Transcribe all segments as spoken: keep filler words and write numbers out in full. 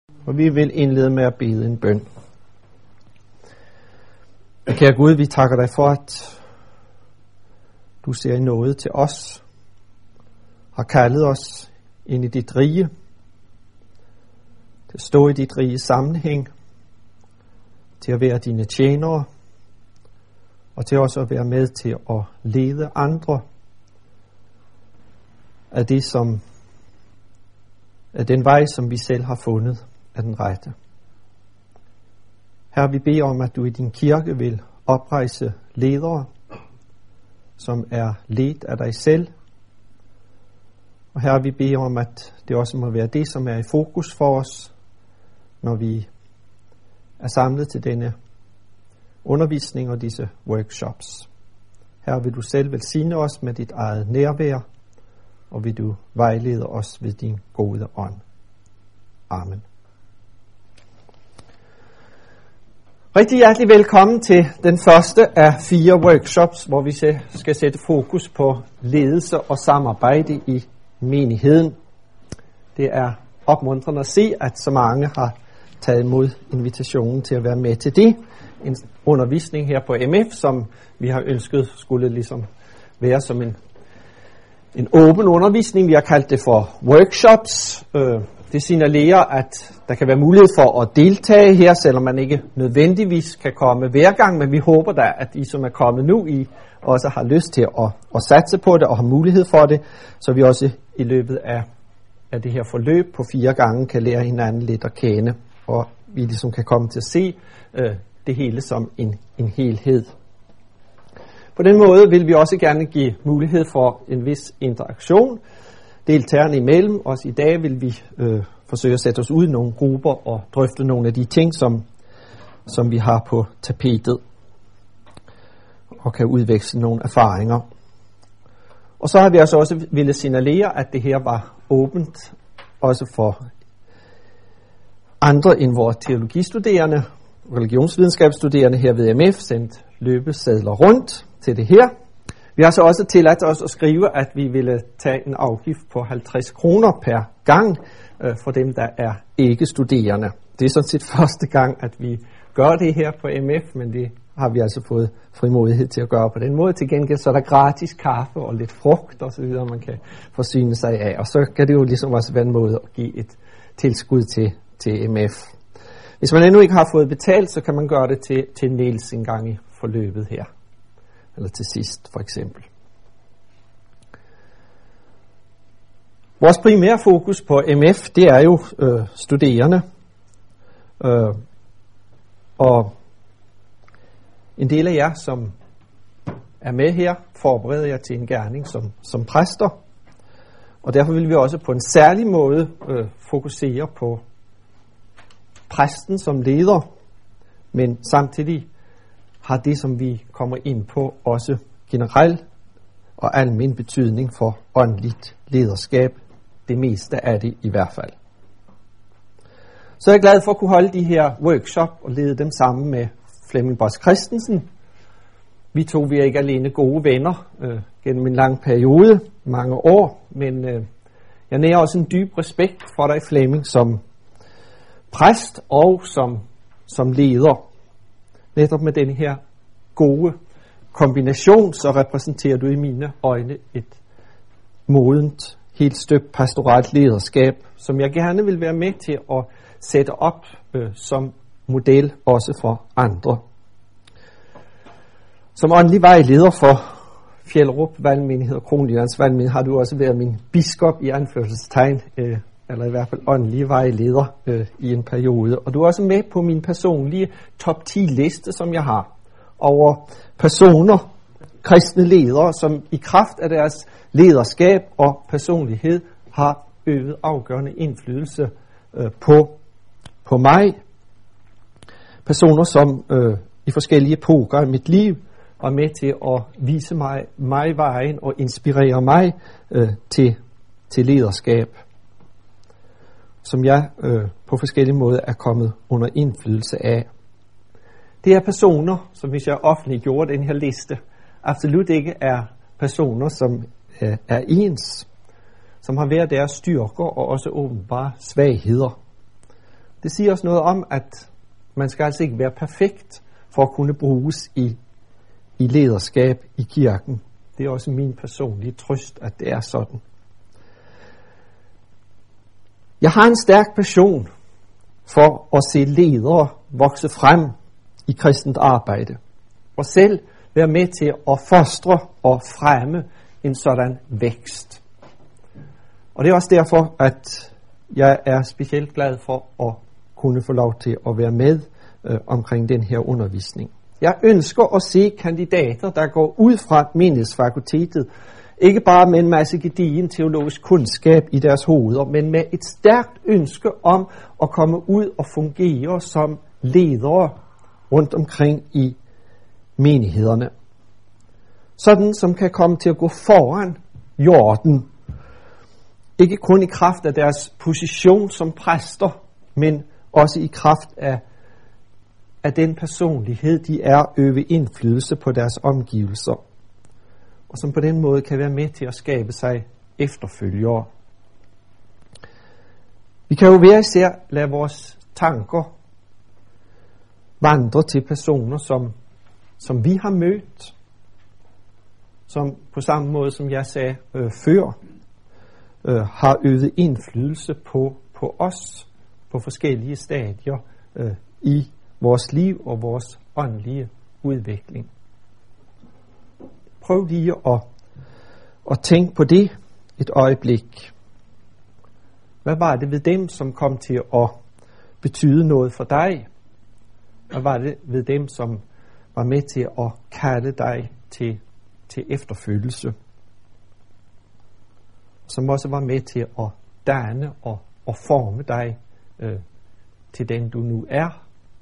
Og vi vil indlede med at bede en bøn. Kære Gud, vi takker dig for, at du ser i nåde til os, har kaldet os ind i dit rige, til at stå i dit rige sammenhæng, til at være dine tjenere, og til også at være med til at lede andre af det, som af den vej, som vi selv har fundet, er den rette. Herre, vi beder om, at du i din kirke vil oprejse ledere, som er ledt af dig selv. Og Herre, vi beder om, at det også må være det, som er i fokus for os, når vi er samlet til denne undervisning og disse workshops. Herre, vil du selv velsigne os med dit eget nærvær, og vil du vejlede os ved din gode ånd. Amen. Rigtig hjertelig velkommen til den første af fire workshops, hvor vi skal sætte fokus på ledelse og samarbejde i menigheden. Det er opmuntrende at se, at så mange har taget imod invitationen til at være med til det. En undervisning her på M F, som vi har ønsket skulle ligesom være som en, en åben undervisning. Vi har kaldt det for workshops. Det signalerer, at der kan være mulighed for at deltage her, selvom man ikke nødvendigvis kan komme hver gang, men vi håber da, at I, som er kommet nu, I også har lyst til at, at satse på det og har mulighed for det, så vi også i løbet af, af det her forløb på fire gange kan lære hinanden lidt at kende, og vi ligesom kan komme til at se øh, det hele som en, en helhed. På den måde vil vi også gerne give mulighed for en vis interaktion deltagerne imellem. Også i dag vil vi øh, forsøge at sætte os ud i nogle grupper og drøfte nogle af de ting, som, som vi har på tapetet, og kan udveksle nogle erfaringer. Og så har vi altså også ville signalere, at det her var åbent også for andre end vores teologistuderende, religionsvidenskabsstuderende her ved M F, sendt løbesedler rundt til det her. Vi har så også tilladt os at skrive, at vi ville tage en afgift på halvtreds kroner per gang øh, for dem, der er ikke studerende. Det er sådan set første gang, at vi gør det her på M F, men det har vi altså fået frimodighed til at gøre på den måde. Til gengæld så er der gratis kaffe og lidt frugt og så videre, man kan forsyne sig af. Og så kan det jo ligesom også være en måde at give et tilskud til, til M F. Hvis man endnu ikke har fået betalt, så kan man gøre det til, til Niels en gang i forløbet her. Eller til sidst, for eksempel. Vores primære fokus på M F, det er jo øh, studerende. Øh, og en del af jer, som er med her, forbereder jer til en gerning som, som præster. Og derfor vil vi også på en særlig måde øh, fokusere på præsten som leder, men samtidig har det, som vi kommer ind på, også generel og almen betydning for åndeligt lederskab. Det meste af det i hvert fald. Så er jeg glad for at kunne holde de her workshop og lede dem sammen med Flemming Boss Christensen. Vi to vi er ikke alene gode venner øh, gennem en lang periode, mange år, men øh, jeg nærer også en dyb respekt for dig, Flemming, som præst og som, som leder. Netop med den her gode kombination, så repræsenterer du i mine øjne et modent, helt støbt pastoralt lederskab, som jeg gerne vil være med til at sætte op øh, som model også for andre. Som åndelig vejleder for Fjellerup Valgmenighed og Kronjyllands Valgmenighed har du også været min biskop i anførselstegn, øh, eller i hvert fald åndelig vejleder øh, i en periode. Og du er også med på min personlige top ti liste, som jeg har, over personer, kristne ledere, som i kraft af deres lederskab og personlighed har øvet afgørende indflydelse øh, på, på mig. Personer, som øh, i forskellige epoker i mit liv var med til at vise mig, mig vejen og inspirere mig øh, til, til lederskab, som jeg øh, på forskellige måder er kommet under indflydelse af. Det er personer, som hvis jeg offentliggjorde den her liste, absolut ikke er personer, som øh, er ens, som har hver deres styrker og også åbenbare svagheder. Det siger os noget om, at man skal altså ikke være perfekt for at kunne bruges i, i lederskab i kirken. Det er også min personlige trøst, at det er sådan. Jeg har en stærk passion for at se ledere vokse frem i kristent arbejde, og selv være med til at fostre og fremme en sådan vækst. Og det er også derfor, at jeg er specielt glad for at kunne få lov til at være med øh, omkring den her undervisning. Jeg ønsker at se kandidater, der går ud fra menighedsfakultetet, ikke bare med en masse gedigen teologisk kundskab i deres hoveder, men med et stærkt ønske om at komme ud og fungere som ledere rundt omkring i menighederne. Sådan som kan komme til at gå foran jorden. Ikke kun i kraft af deres position som præster, men også i kraft af, af den personlighed, de er øve indflydelse på deres omgivelser. Og som på den måde kan være med til at skabe sig efterfølgere. Vi kan jo hver især lade vores tanker vandre til personer, som, som vi har mødt, som på samme måde som jeg sagde øh, før, øh, har øvet indflydelse på, på os på forskellige stadier øh, i vores liv og vores åndelige udvikling. Prøv lige at, at tænke på det et øjeblik. Hvad var det ved dem, som kom til at betyde noget for dig? Hvad var det ved dem, som var med til at kalde dig til, til efterfølgelse? Som også var med til at danne og, og forme dig øh, til den, du nu er.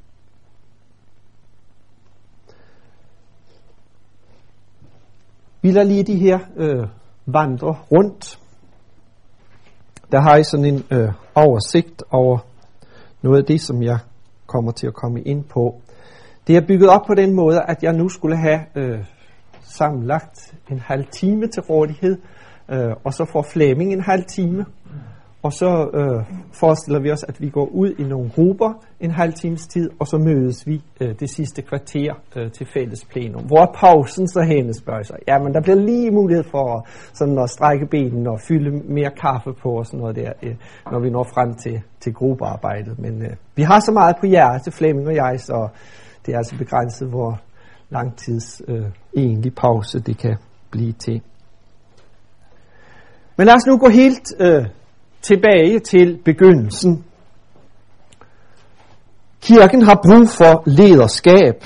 Vi lader lige de her øh, vandre rundt. Der har jeg sådan en øh, oversigt over noget af det, som jeg kommer til at komme ind på. Det er bygget op på den måde, at jeg nu skulle have øh, sammenlagt en halv time til rådighed, øh, og så får Flemming en halv time. Og så øh, forestiller vi os, at vi går ud i nogle grupper en halv times tid, og så mødes vi øh, det sidste kvarter øh, til fælles plenum. Hvor er pausen så henne, spørger sig. Jamen, der bliver lige mulighed for sådan at strække benene og fylde mere kaffe på og sådan noget der, øh, når vi når frem til, til gruppearbejdet. Men øh, vi har så meget på hjertet, Flemming og jeg, så det er altså begrænset, hvor lang tids øh, egentlig pause det kan blive til. Men lad os nu gå helt øh, tilbage til begyndelsen. Kirken har brug for lederskab.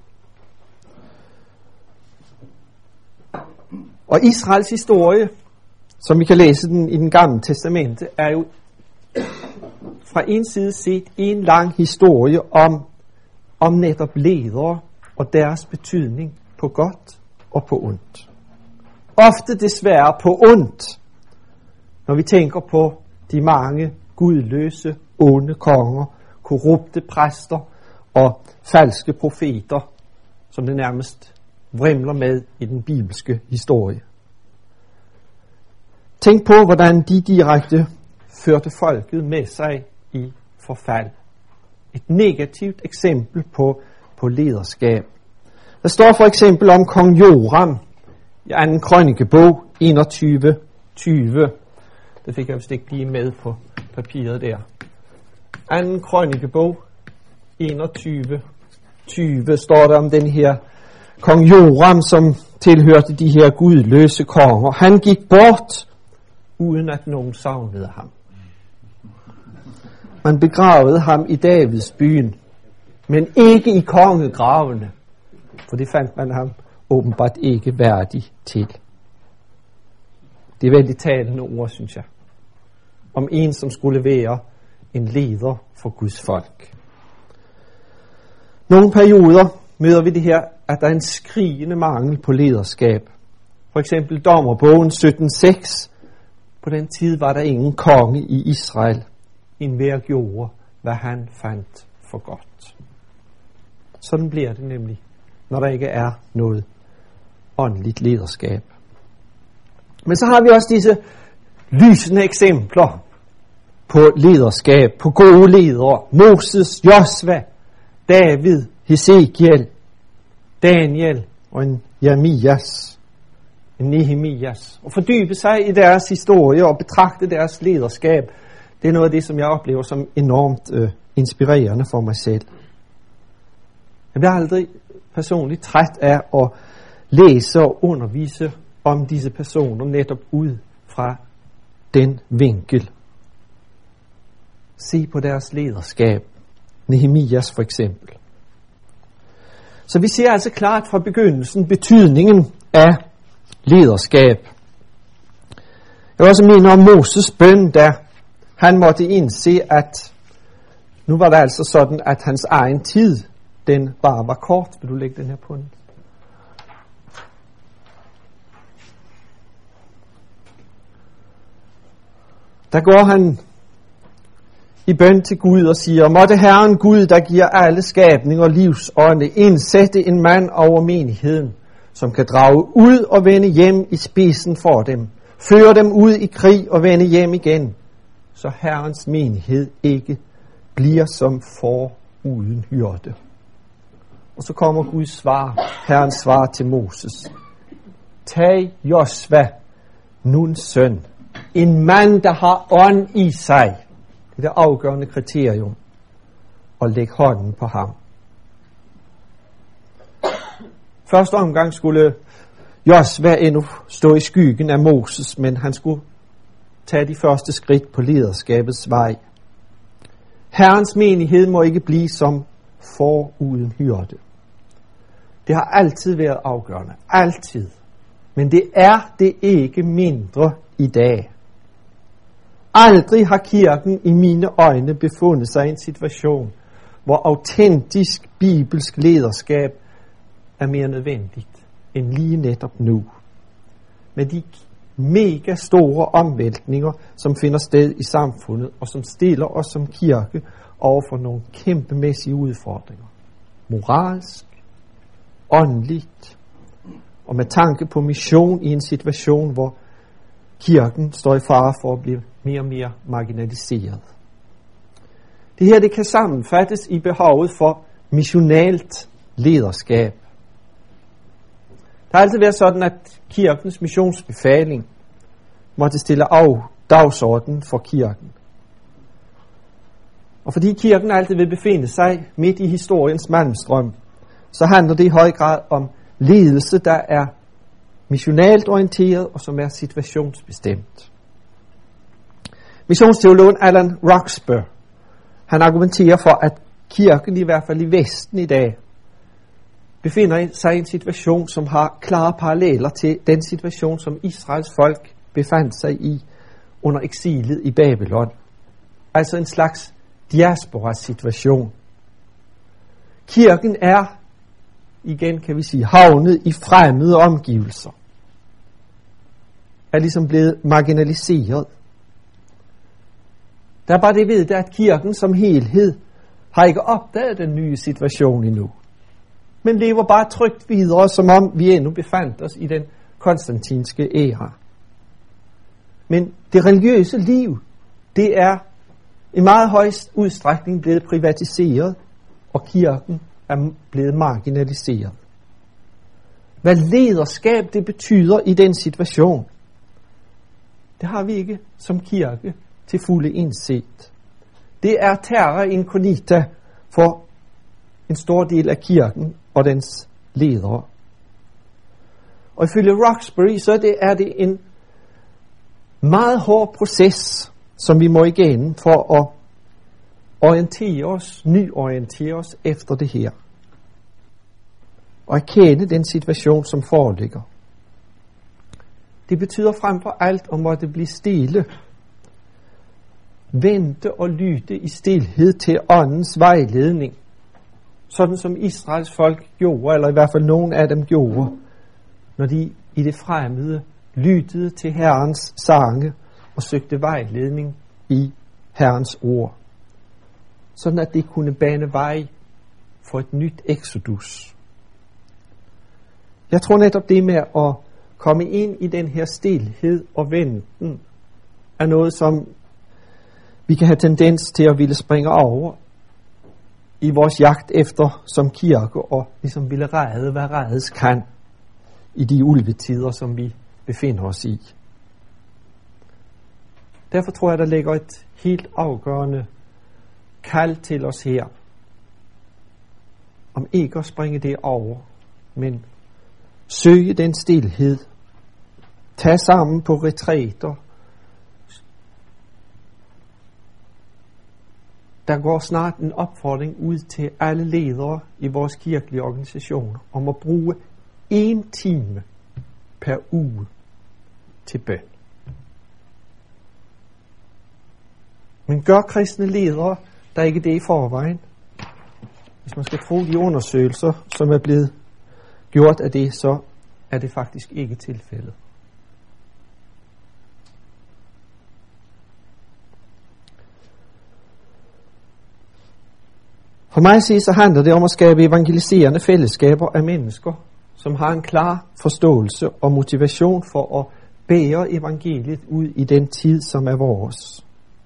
Og Israels historie, som vi kan læse den i den gamle testamente, er jo fra en side set en lang historie om, om netop ledere og deres betydning på godt og på ondt. Ofte desværre på ondt, når vi tænker på de mange gudløse, onde konger, korrupte præster og falske profeter, som det nærmest vrimler med i den bibelske historie. Tænk på, hvordan de direkte førte folket med sig i forfald. Et negativt eksempel på, på lederskab. Der står for eksempel om kong Joram i anden krønikebog enogtyve tyve. Det fik jeg vist ikke lige med på papiret der. Anden krønikebog enogtyve tyve står der om den her kong Joram, som tilhørte de her gudløse konger. Han gik bort, uden at nogen savnede ham. Man begravede ham i Davids byen, men ikke i kongegravene, for det fandt man ham åbenbart ikke værdig til. Det er vældig talende ord, synes jeg, om en, som skulle være en leder for Guds folk. Nogle perioder møder vi det her, at der er en skrigende mangel på lederskab. For eksempel Dommerbogen sytten seks. På den tid var der ingen konge i Israel. Enhver gjorde, hvad han fandt for godt. Sådan bliver det nemlig, når der ikke er noget åndeligt lederskab. Men så har vi også disse lysende eksempler på lederskab, på gode ledere. Moses, Josva, David, Hesekiel, Daniel og en Jeremias, en Nehemias. Og fordybe sig i deres historie og betragte deres lederskab, det er noget af det, som jeg oplever som enormt øh, inspirerende for mig selv. Jeg bliver aldrig personligt træt af at læse og undervise om disse personer netop ud fra den vinkel. Se på deres lederskab. Nehemias for eksempel. Så vi ser altså klart fra begyndelsen betydningen af lederskab. Jeg vil også minde om Moses bøn, da han måtte indse, at nu var det altså sådan, at hans egen tid, den bare var kort. Vil du lægge den her på den? Der går han i bøn til Gud og siger, måtte Herren Gud, der giver alle skabninger livsånde, indsætte en mand over menigheden, som kan drage ud og vende hjem i spidsen for dem, føre dem ud i krig og vende hjem igen, så Herrens menighed ikke bliver som får uden hyrde. Og så kommer Guds svar, Herrens svar til Moses. Tag Josva, Nuns søn, en mand, der har ånd i sig, det er det afgørende kriterium, og læg hånden på ham. Første omgang skulle Josva endnu stå i skyggen af Moses, men han skulle tage de første skridt på lederskabets vej. Herrens menighed må ikke blive som får uden hyrde. Det har altid været afgørende. Altid. Men det er det ikke mindre i dag. Aldrig har kirken i mine øjne befundet sig i en situation, hvor autentisk bibelsk lederskab er mere nødvendigt end lige netop nu. Med de mega store omvæltninger, som finder sted i samfundet, og som stiller os som kirke over for nogle kæmpemæssige udfordringer. Moralsk, åndeligt, og med tanke på mission i en situation, hvor kirken står i fare for at blive mere og mere marginaliseret. Det her, det kan sammenfattes i behovet for missionalt lederskab. Det har altid været sådan, at kirkens missionsbefaling måtte stille af dagsordenen for kirken. Og fordi kirken altid vil befinde sig midt i historiens malmstrøm, så handler det i høj grad om ledelse, der er missionalt orienteret og som er situationsbestemt. Missionsteologen Alan Roxburgh, han argumenterer for, at kirken i hvert fald i Vesten i dag befinder sig i en situation, som har klare paralleller til den situation, som Israels folk befandt sig i under eksilet i Babylon. Altså en slags diaspora-situation. Kirken er, igen kan vi sige, havnet i fremmede omgivelser. Er ligesom blevet marginaliseret. Der er bare det ved, at kirken som helhed har ikke opdaget den nye situation endnu. Men lever bare trygt videre, som om vi endnu befandt os i den konstantinske æra. Men det religiøse liv, det er i meget høj udstrækning blevet privatiseret, og kirken er blevet marginaliseret. Hvad lederskab det betyder i den situation, det har vi ikke som kirke til fulde indset. Det er terra incognita for en stor del af kirken og dens ledere. Og ifølge Roxbury, så er det, er det en meget hård proces, som vi må igennem for at orientere os, nyorientere os efter det her. Og erkende den situation, som foreligger. Det betyder frem for alt at måtte blive stille. Vente og lytte i stilhed til åndens vejledning. Sådan som Israels folk gjorde, eller i hvert fald nogen af dem gjorde, når de i det fremmede lyttede til Herrens sange og søgte vejledning i Herrens ord. Sådan at det kunne bane vej for et nyt exodus. Jeg tror netop det med at komme ind i den her stilhed og venten er noget, som Vi kan have tendens til at ville springe over i vores jagt efter som kirke og ligesom ville redde, hvad reddes kan i de ulvetider, som vi befinder os i. Derfor tror jeg, der ligger et helt afgørende kald til os her, om ikke at springe det over, men søge den stilhed, tag sammen på retræter. Der går snart en opfordring ud til alle ledere i vores kirkelige organisationer om at bruge en time per uge til bøn. Men gør kristne ledere, der ikke det i forvejen? Hvis man skal tro de undersøgelser, som er blevet gjort af det, så er det faktisk ikke tilfældet. For mig at sige, så handler det om at skabe evangeliserende fællesskaber af mennesker, som har en klar forståelse og motivation for at bære evangeliet ud i den tid, som er vores.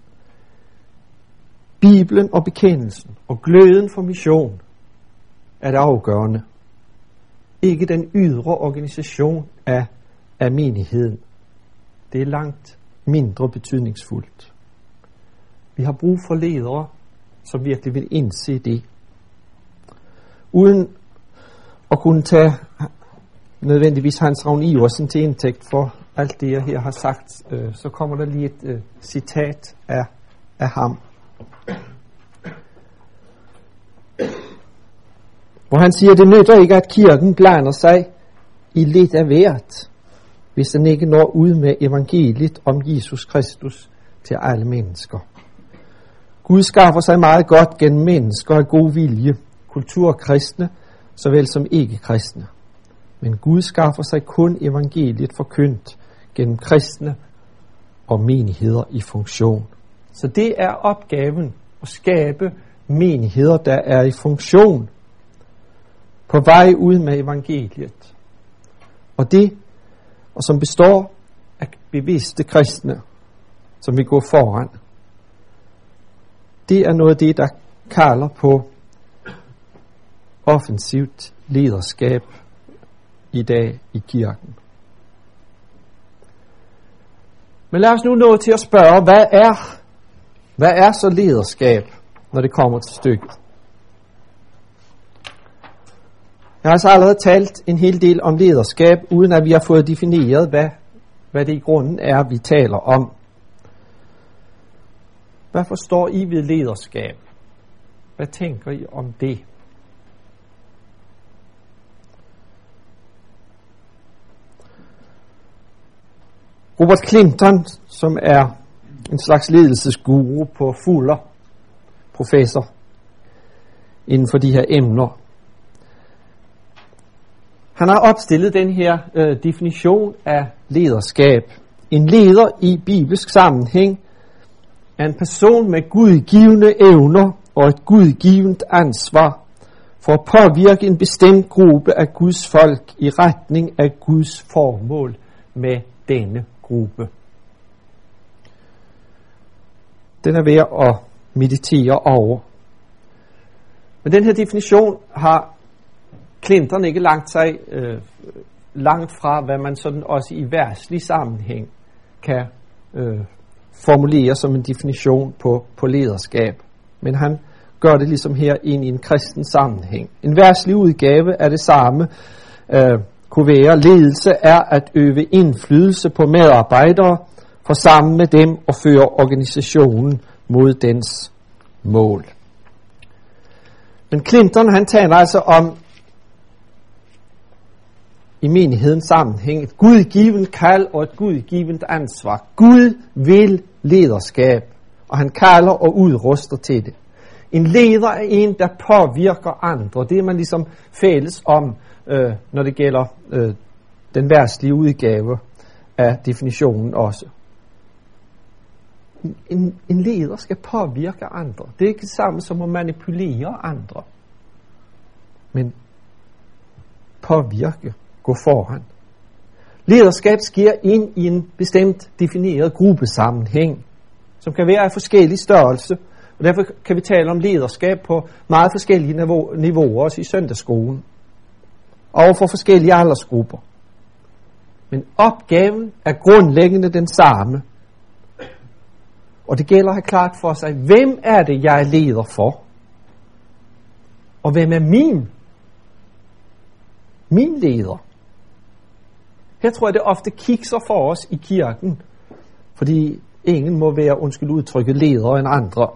Bibelen og bekendelsen og gløden for mission er det afgørende. Ikke den ydre organisation af, af menigheden. Det er langt mindre betydningsfuldt. Vi har brug for ledere, som virkelig vil indse det. Uden at kunne tage nødvendigvis Hans Ravn Iversen til indtægt for alt det, jeg her har sagt, øh, så kommer der lige et øh, citat af, af ham. Hvor han siger, det nytter ikke, at kirken blander sig i lidt af hvert, hvis den ikke når ud med evangeliet om Jesus Kristus til alle mennesker. Gud skaffer sig meget godt gennem mennesker af god vilje, kulturkristne såvel som ikke-kristne. Men Gud skaffer sig kun evangeliet forkyndt gennem kristne og menigheder i funktion. Så det er opgaven at skabe menigheder, der er i funktion, på vej ud med evangeliet. Og det, og som består af bevidste kristne, som vil gå foran, det er noget af det, der kalder på offensivt lederskab i dag i kirken. Men lad os nu nå til at spørge, hvad er, hvad er så lederskab, når det kommer til stykket? Jeg har altså allerede talt en hel del om lederskab, uden at vi har fået defineret, hvad, hvad det i grunden er, vi taler om. Hvad forstår I ved lederskab? Hvad tænker I om det? Robert Clinton, som er en slags ledelsesguru på Fuller, professor inden for de her emner, han har opstillet den her øh, definition af lederskab. En leder i bibelsk sammenhæng er en person med gudgivende evner og et gudgivet ansvar for at påvirke en bestemt gruppe af Guds folk i retning af Guds formål med denne gruppe. Den er ved at meditere over. Men den her definition har Clinton ikke langt sig øh, langt fra, hvad man sådan også i verdslig sammenhæng kan øh, formulere som en definition på, på lederskab. Men han gør det ligesom her ind i en kristen sammenhæng. En verdslig udgave af det samme øh, kunne være, ledelse er at øve indflydelse på medarbejdere, for sammen med dem at føre organisationen mod dens mål. Men Clinton, han taler altså om i menighedens sammenhæng et gudgivent kald og et gudgivent ansvar. Gud vil lederskab, og han kalder og udruster til det. En leder er en, der påvirker andre. Det er man ligesom fælles om, øh, når det gælder øh, den verdslige udgave af definitionen også. En, en leder skal påvirke andre. Det er ikke det samme som at manipulere andre. Men påvirke, gå foran. Lederskab sker ind i en bestemt defineret gruppesammenhæng, som kan være af forskellige størrelse, og derfor kan vi tale om lederskab på meget forskellige niveau, niveauer, også i søndagsskolen, og for forskellige aldersgrupper. Men opgaven er grundlæggende den samme. Og det gælder at have klart for sig, hvem er det, jeg er leder for? Og hvem er min? Min leder. Her tror jeg, det ofte kikser for os i kirken, fordi ingen må være, undskyld udtrykket, ledere end andre.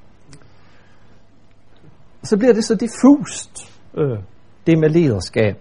Så bliver det så diffust, øh, det med lederskab.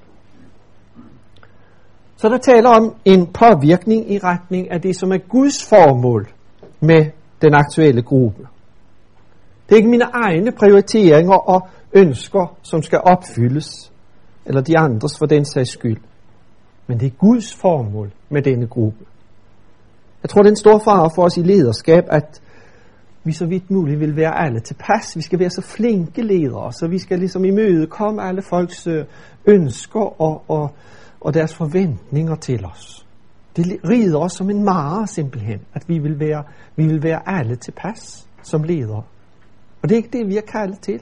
Så der taler om en påvirkning i retning af det, som er Guds formål med den aktuelle gruppe. Det er ikke mine egne prioriteringer og ønsker, som skal opfyldes, eller de andres for den sags skyld. Men det er Guds formål med denne gruppe. Jeg tror, det er en stor fare for os i lederskab, at vi så vidt muligt vil være alle tilpas. Vi skal være så flinke ledere, så vi skal ligesom imødekomme alle folks ønsker og, og, og deres forventninger til os. Det rider os som en mare simpelthen, at vi vil være, vi vil være alle tilpas som ledere. Og det er ikke det, vi er kaldet til.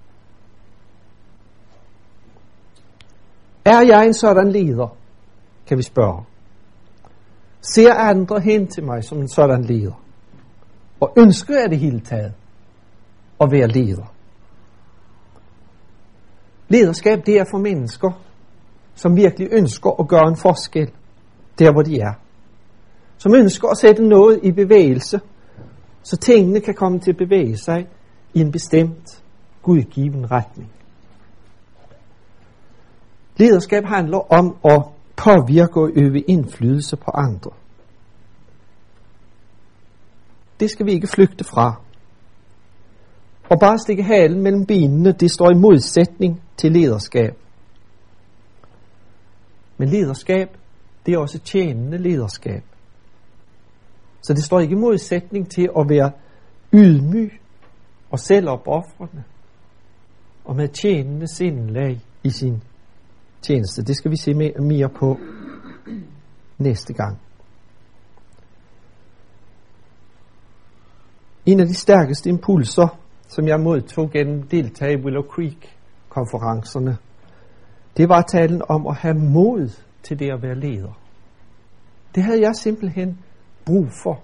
Er jeg en sådan leder, kan vi spørge. Ser andre hen til mig som en sådan leder? Og ønsker jeg det hele taget at være leder? Lederskab, det er for mennesker, som virkelig ønsker at gøre en forskel der, hvor de er. Som ønsker at sætte noget i bevægelse, så tingene kan komme til at bevæge sig i en bestemt gudgiven retning. Lederskab handler om at påvirke og øve indflydelse på andre. Det skal vi ikke flygte fra. Og bare stikke halen mellem benene, det står i modsætning til lederskab. Men lederskab, det er også tjenende lederskab. Så det står ikke i modsætning til at være ydmyg og selvopofrende og med tjenende sindelag i sin tjeneste. Det skal vi se mere på næste gang. En af de stærkeste impulser, som jeg modtog gennem deltag i Willow Creek-konferencerne, det var talen om at have mod til det at være leder. Det havde jeg simpelthen brug for.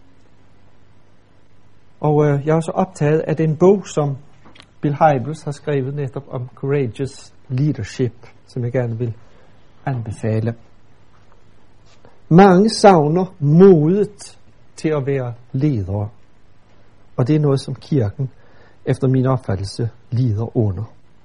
Og øh, jeg er også optaget af den bog, som Bill Hybels har skrevet netop om Courageous Leadership, som jeg gerne vil anbefale. Mange savner modet til at være ledere. Og det er noget, som kirken, efter min opfattelse, lider under.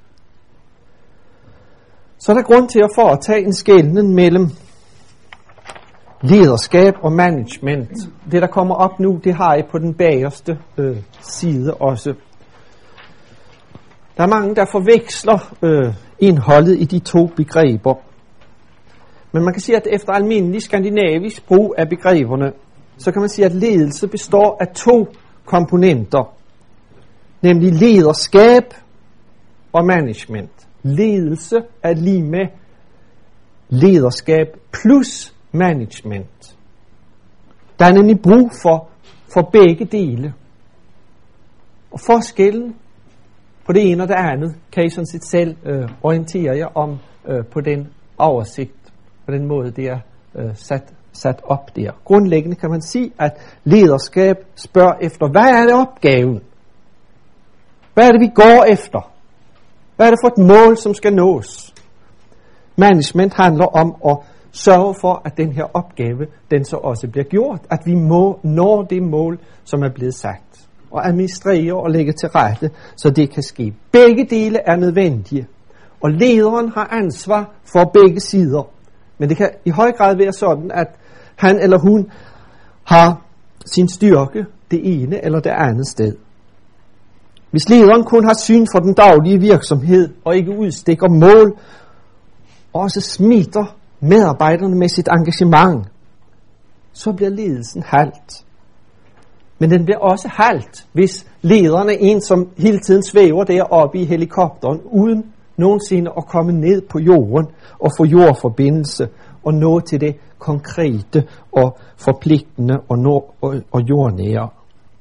Så er der grund til at foretage en skelnen mellem lederskab og management. Det, der kommer op nu, det har I på den bagerste øh, side også. Der er mange, der forveksler øh, indholdet i de to begreber. Men man kan sige, at efter almindelig skandinavisk brug af begreberne, så kan man sige, at ledelse består af to komponenter, nemlig lederskab og management. Ledelse er lige med lederskab plus management. Der er nemlig brug for, for begge dele. Og forskellen på det ene og det andet kan I sådan set selv øh, orientere jer om øh, på den oversigt, på den måde det er øh, sat, sat op der. Grundlæggende kan man sige, at lederskab spørger efter, hvad er det opgaven? Hvad er det, vi går efter? Hvad er det for et mål, som skal nås? Management handler om at sørge for, at den her opgave, den så også bliver gjort. At vi må nå det mål, som er blevet sat. Og administrere og lægge til rette, så det kan ske. Begge dele er nødvendige. Og lederen har ansvar for begge sider. Men det kan i høj grad være sådan, at han eller hun har sin styrke det ene eller det andet sted. Hvis lederen kun har syn for den daglige virksomhed og ikke udstikker mål, og også smitter medarbejderne med sit engagement, så bliver ledelsen halt. Men den bliver også halt, hvis lederen er en, som hele tiden svæver deroppe i helikopteren, uden nogensinde at komme ned på jorden og få jordforbindelse og nå til det konkrete og forpligtende og, nå, og, og jordnære.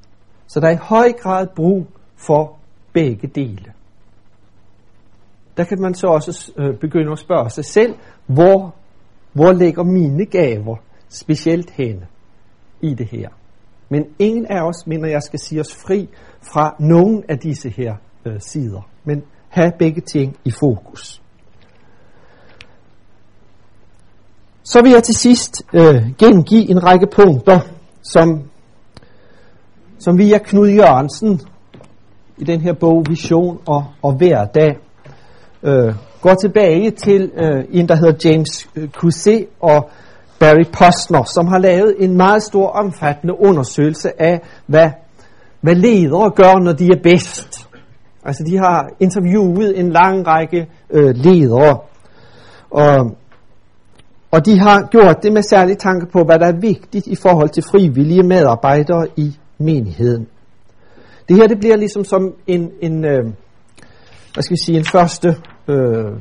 Så der er i høj grad brug for begge dele. Der kan man så også øh, begynde at spørge sig selv, hvor, hvor ligger mine gaver specielt henne i det her. Men ingen af os, mener jeg, skal sige os fri fra nogen af disse her øh, sider. Men have begge ting i fokus. Så vil jeg til sidst øh, gengive en række punkter, som, som via Knud Jørgensen i den her bog Vision og, og Hverdag øh, går tilbage til øh, en, der hedder James Cousset og Barry Posner, som har lavet en meget stor omfattende undersøgelse af, hvad, hvad ledere gør, når de er bedst. Altså de har interviewet en lang række øh, ledere, og, og de har gjort det med særlig tanke på, hvad der er vigtigt i forhold til frivillige medarbejdere i menigheden. Det her det bliver ligesom som en, en øh, hvad skal vi sige, en første øh,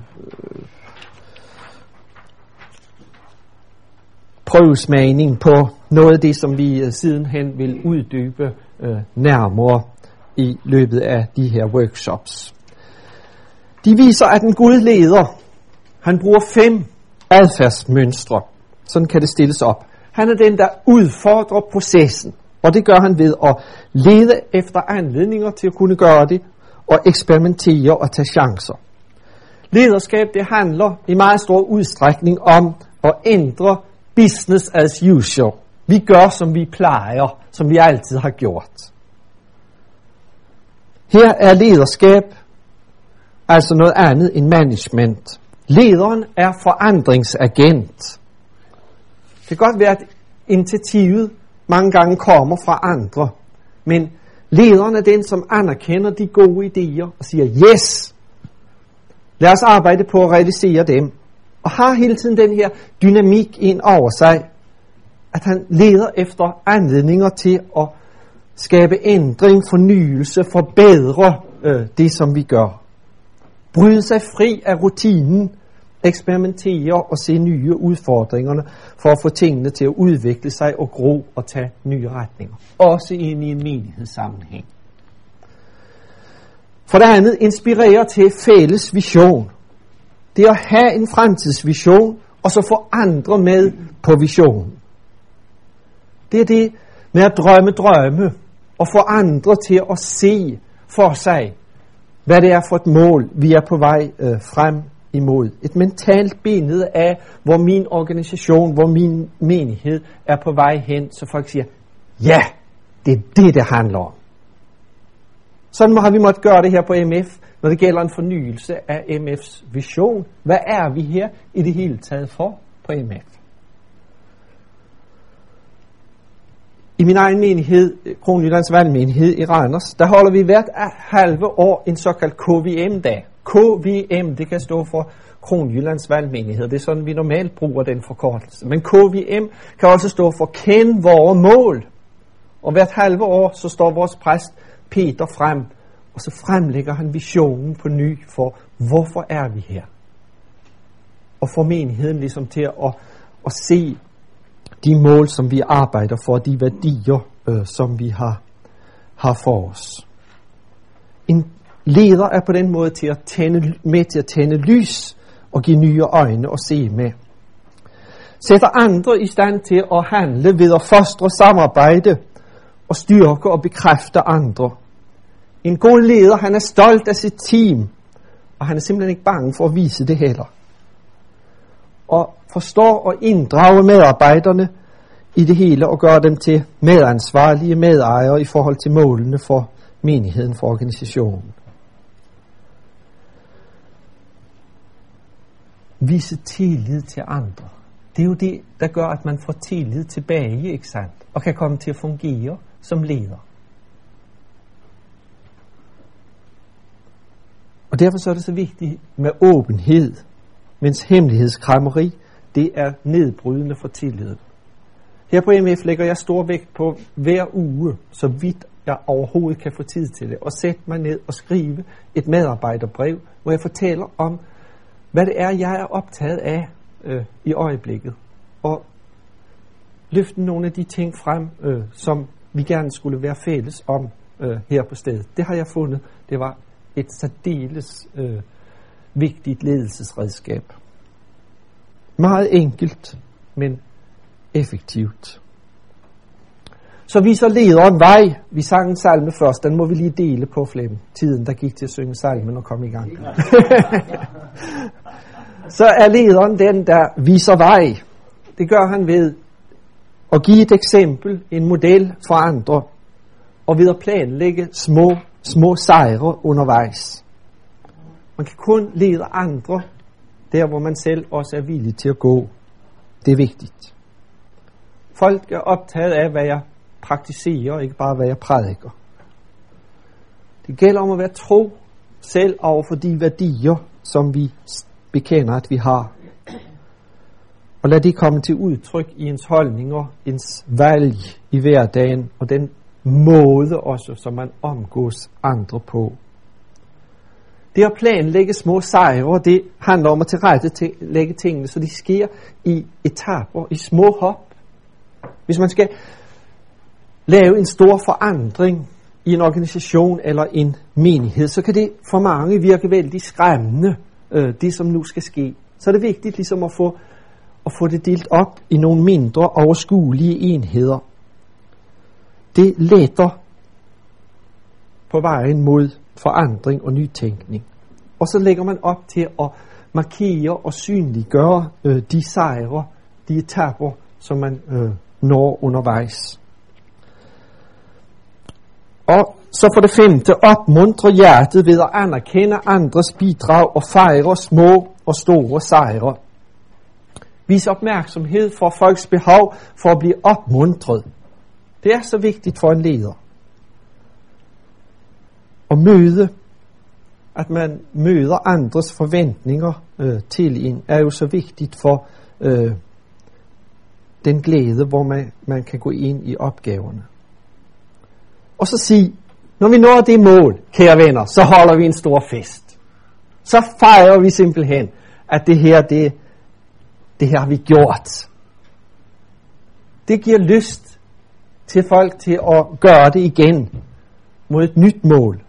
prøvesmagning på noget af det, som vi sidenhen vil uddybe øh, nærmere i løbet af de her workshops. De viser, at en god leder, han bruger fem adfærdsmønstre. Sådan kan det stilles op. Han er den, der udfordrer processen, og det gør han ved at lede efter anledninger til at kunne gøre det, og eksperimentere og tage chancer. Lederskab, det handler i meget stor udstrækning om at ændre business as usual. Vi gør, som vi plejer, som vi altid har gjort. Her er lederskab altså noget andet end management. Lederen er forandringsagent. Det kan godt være, at initiativet mange gange kommer fra andre, men lederen er den, som anerkender de gode idéer og siger, yes, lad os arbejde på at realisere dem. Og har hele tiden den her dynamik ind over sig, at han leder efter anledninger til at skabe ændring, fornyelse, forbedre øh, det, som vi gør. Bryde sig fri af rutinen, eksperimentere og se nye udfordringerne for at få tingene til at udvikle sig og gro og tage nye retninger. Også ind i en menighedssammenhæng. For det andet, inspirere til fælles vision. Det er at have en fremtidsvision, og så få andre med på visionen. Det er det med at drømme drømme, og få andre til at se for sig, hvad det er for et mål, vi er på vej øh, frem imod. Et mentalt billede af, hvor min organisation, hvor min menighed er på vej hen, så folk siger, ja, det er det, det handler om. Sådan har vi måttet gøre det her på M F, når det gælder en fornyelse af M F's vision. Hvad er vi her i det hele taget for på M F? I min egen menighed, Kronjyllands Valgmenighed i Randers, der holder vi hvert halve år en såkaldt K V M-dag. K V M, det kan stå for Kronjyllands Valgmenighed. Det er sådan, vi normalt bruger den forkortelse. Men K V M kan også stå for Kend vore mål. Og hvert halve år, så står vores præst Peter frem, og så fremlægger han visionen på ny for, hvorfor er vi her? Og får menigheden ligesom til at, at se de mål, som vi arbejder for, de værdier, øh, som vi har, har for os. En leder er på den måde til at tænde, med til at tænde lys og give nye øjne og se med. Sætter andre i stand til at handle ved at fostre samarbejde og styrke og bekræfte andre. En god leder, han er stolt af sit team, og han er simpelthen ikke bange for at vise det heller. Og forstår og inddrage medarbejderne i det hele og gøre dem til medansvarlige medejere i forhold til målene for menigheden, for organisationen. Vise tillid til andre. Det er jo det, der gør, at man får tillid tilbage, ikke sandt? Og kan komme til at fungere som leder. Og derfor så er det så vigtigt med åbenhed, mens hemmelighedskræmmeri, det er nedbrydende for tilliden. Her på M F lægger jeg stor vægt på hver uge, så vidt jeg overhovedet kan få tid til det, og sætte mig ned og skrive et medarbejderbrev, hvor jeg fortæller om, hvad det er, jeg er optaget af øh, i øjeblikket. Og løfte nogle af de ting frem, øh, som vi gerne skulle være fælles om øh, her på stedet. Det har jeg fundet. Det var et særdeles øh, vigtigt ledelsesredskab. Meget enkelt, men effektivt. Så viser lederen vej. Vi sang en salme først, den må vi lige dele på Flem. Tiden, der gik til at synge salmen og komme i gang. Så er lederen den, der viser vej. Det gør han ved at give et eksempel, en model for andre, og ved at planlægge små, små sejre undervejs. Man kan kun lede andre, der hvor man selv også er villig til at gå. Det er vigtigt. Folk er optaget af, hvad jeg praktiserer, ikke bare hvad jeg prædiker. Det gælder om at være tro selv over for de værdier, som vi bekender, at vi har. Og lad det komme til udtryk i ens holdninger, ens valg i hverdagen, og den måde også, som man omgås andre på. Det at planlægge små sejre, det handler om at tilrettelægge tingene, så de sker i etaper, i små hop. Hvis man skal lave en stor forandring i en organisation eller en menighed, så kan det for mange virke vældig skræmmende, øh, det som nu skal ske. Så er det vigtigt ligesom at få, at få det delt op i nogle mindre overskuelige enheder. Det letter på vejen mod forandring og nytænkning. Og så lægger man op til at markere og synliggøre øh, de sejre, de etaper, som man øh, når undervejs. Og så for det femte, opmuntre hjertet ved at anerkende andres bidrag og fejre små og store sejre. Vis opmærksomhed for folks behov for at blive opmuntret. Det er så vigtigt for en leder. At møde, at man møder andres forventninger øh, til en, er jo så vigtigt for øh, den glæde, hvor man, man kan gå ind i opgaverne. Og så sige, når vi når det mål, kære venner, så holder vi en stor fest. Så fejrer vi simpelthen, at det her, det, det her har vi gjort. Det giver lyst til folk til at gøre det igen mod et nyt mål.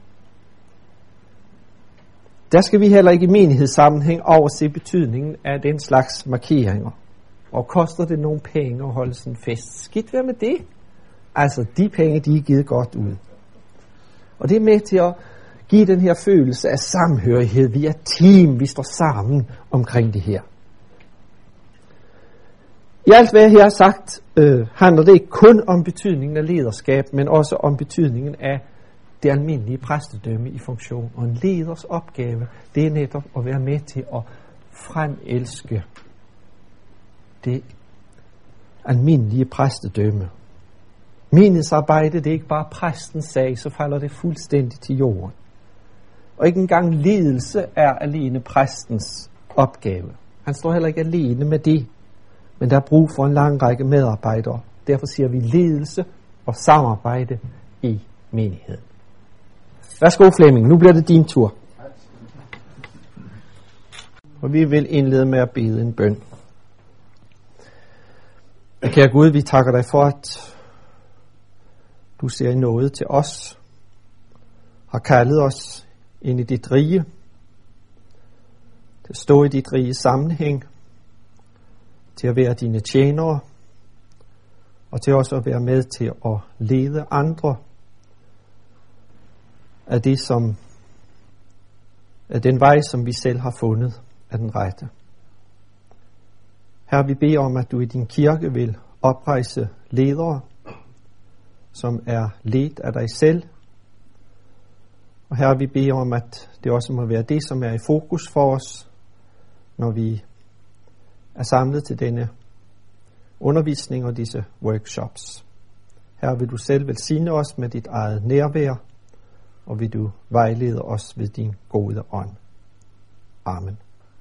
Der skal vi heller ikke i menighedssammenhæng overse betydningen af den slags markeringer. Og koster det nogle penge at holde sådan en fest? Skidt være med det. Altså, de penge, de er givet godt ud. Og det er med til at give den her følelse af samhørighed. Vi er team, vi står sammen omkring det her. I alt hvad jeg her har sagt, øh, handler det ikke kun om betydningen af lederskab, men også om betydningen af det almindelige præstedømme i funktion. Og en leders opgave, det er netop at være med til at fremelske det almindelige præstedømme. Menighedsarbejde, det er ikke bare præstens sag, så falder det fuldstændig til jorden. Og ikke engang ledelse er alene præstens opgave. Han står heller ikke alene med det, men der er brug for en lang række medarbejdere. Derfor siger vi ledelse og samarbejde i menigheden. Værsgo Flemming, nu bliver det din tur. Og vi vil indlede med at bede en bøn. Kære Gud, vi takker dig for, at du ser i noget til os, har kaldet os ind i dit rige, til at stå i dit rige sammenhæng, til at være dine tjenere, og til også at være med til at lede andre af det, som af den vej, som vi selv har fundet, af den rette. Herre, vi beder om, at du i din kirke vil oprejse ledere, som er ledt af dig selv. Og Herre, vi beder om, at det også må være det, som er i fokus for os, når vi er samlet til denne undervisning og disse workshops. Herre, vil du selv velsigne os med dit eget nærvær, og vil du vejlede os ved din gode ånd. Amen.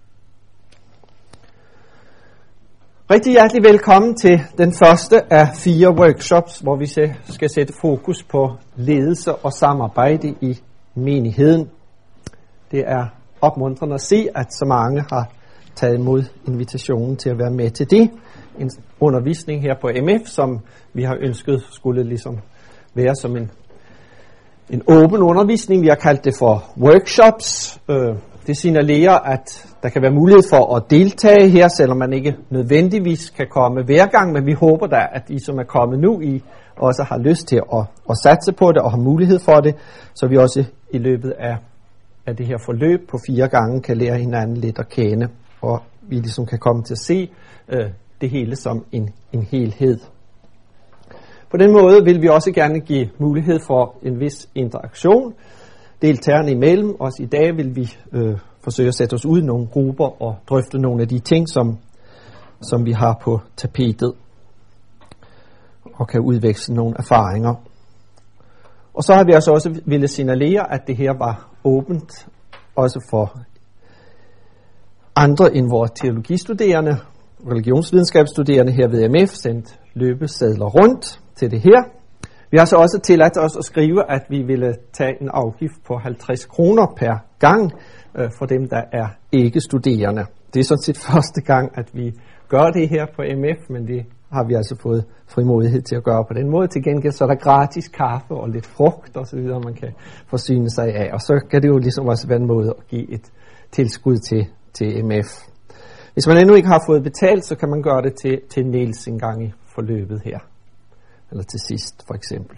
Rigtig hjertelig velkommen til den første af fire workshops, hvor vi skal sætte fokus på ledelse og samarbejde i menigheden. Det er opmuntrende at se, at så mange har taget imod invitationen til at være med til det. En undervisning her på M F, som vi har ønsket skulle ligesom være som en en åben undervisning. Vi har kaldt det for workshops. Øh, det signalerer, at der kan være mulighed for at deltage her, selvom man ikke nødvendigvis kan komme hver gang, men vi håber da, at I, som er kommet nu, I også har lyst til at, at satse på det og har mulighed for det, så vi også i løbet af, af det her forløb på fire gange kan lære hinanden lidt at kende, og vi ligesom kan komme til at se øh, det hele som en, en helhed. På den måde vil vi også gerne give mulighed for en vis interaktion deltagerne imellem. Også i dag vil vi øh, forsøge at sætte os ud i nogle grupper og drøfte nogle af de ting, som, som vi har på tapetet, og kan udveksle nogle erfaringer. Og så har vi altså også ville signalere, at det her var åbent også for andre end vores teologistuderende, religionsvidenskabsstuderende her ved M F, sendt løbesedler rundt til det her. Vi har så også tilladt os at skrive, at vi ville tage en afgift på halvtreds kroner per gang øh, for dem, der er ikke studerende. Det er sådan set første gang, at vi gør det her på M F, men det har vi altså fået frimodighed til at gøre på den måde. Til gengæld så er der gratis kaffe og lidt frugt og så videre, man kan forsyne sig af. Og så kan det jo ligesom også være en måde at give et tilskud til, til M F. Hvis man endnu ikke har fået betalt, så kan man gøre det til, til Niels en gang i forløbet her. Eller til sidst, for eksempel.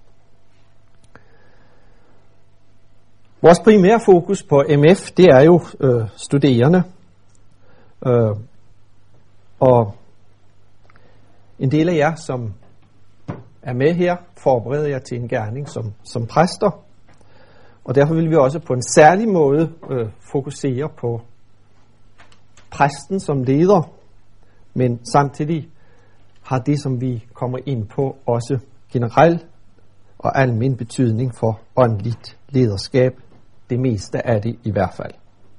Vores primære fokus på M F, det er jo øh, studerende. Øh, og en del af jer, som er med her, forbereder jer til en gerning som, som præster. Og derfor vil vi også på en særlig måde øh, fokusere på præsten som leder, men samtidig har det, som vi kommer ind på, også generel og almen betydning for åndeligt lederskab. Det meste af det i hvert fald.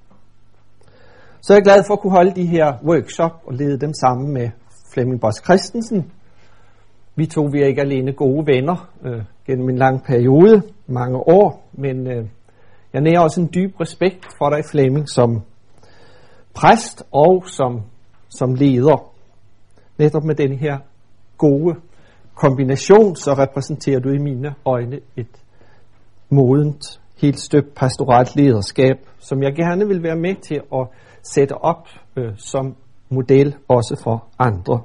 Så er jeg glad for at kunne holde de her workshop og lede dem sammen med Flemming Boss Christensen. Vi to vi er ikke alene gode venner øh, gennem en lang periode, mange år, men øh, jeg nærer også en dyb respekt for dig, Flemming, som præst og som, som leder. Netop med den her gode kombination, så repræsenterer du i mine øjne et modent, helt støbt pastoralt lederskab, som jeg gerne vil være med til at sætte op øh, som model også for andre.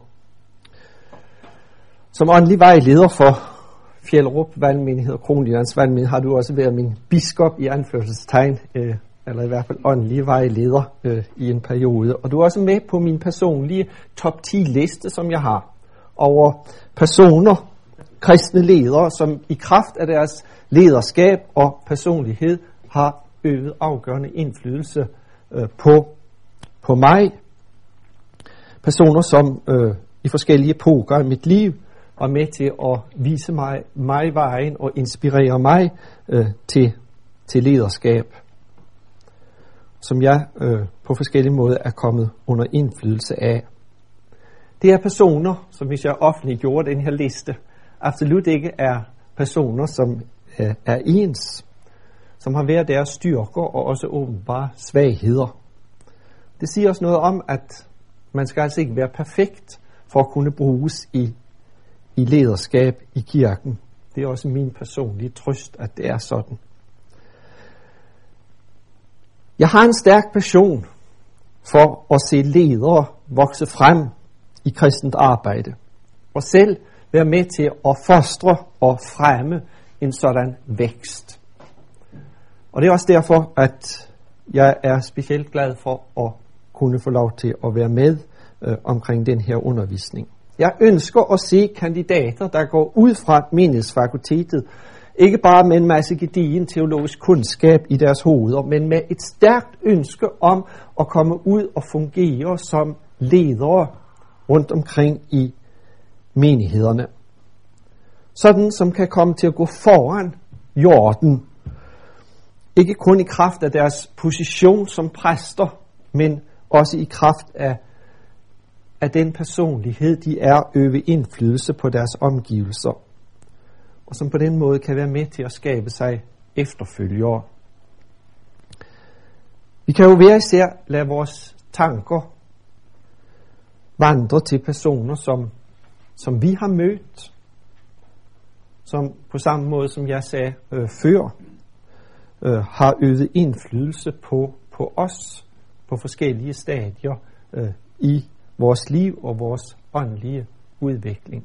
Som åndelig vejleder for Fjellerup Valgmenighed og Kronjyllands Valgmenighed har du også været min biskop i anførselstegn, øh, eller i hvert fald åndelig vejleder øh, i en periode. Og du er også med på min personlige top ti liste, som jeg har, over personer, kristne ledere, som i kraft af deres lederskab og personlighed har øvet afgørende indflydelse øh, på, på mig. Personer, som øh, i forskellige epoker i mit liv var med til at vise mig, mig vejen og inspirere mig øh, til, til lederskab, som jeg øh, på forskellige måder er kommet under indflydelse af. Det er personer, som hvis jeg offentliggjorde den her liste, absolut ikke er personer, som øh, er ens, som har hver deres styrker og også åbenbare svagheder. Det siger også noget om, at man skal altså ikke være perfekt for at kunne bruges i, i lederskab i kirken. Det er også min personlige trøst, at det er sådan. Jeg har en stærk passion for at se ledere vokse frem i kristent arbejde, og selv være med til at fostre og fremme en sådan vækst. Og det er også derfor, at jeg er specielt glad for at kunne få lov til at være med øh, omkring den her undervisning. Jeg ønsker at se kandidater, der går ud fra menighedsfakultetet, ikke bare med en masse gedigen teologisk kundskab i deres hoveder, men med et stærkt ønske om at komme ud og fungere som ledere rundt omkring i menighederne. Sådan som kan komme til at gå foran jorden. Ikke kun i kraft af deres position som præster, men også i kraft af, af den personlighed, de er øve indflydelse på deres omgivelser. Og som på den måde kan være med til at skabe sig efterfølgere. Vi kan jo hver især lade vores tanker vandre til personer, som, som vi har mødt, som på samme måde som jeg sagde øh, før, øh, har øvet indflydelse på, på os på forskellige stadier øh, i vores liv og vores åndelige udvikling.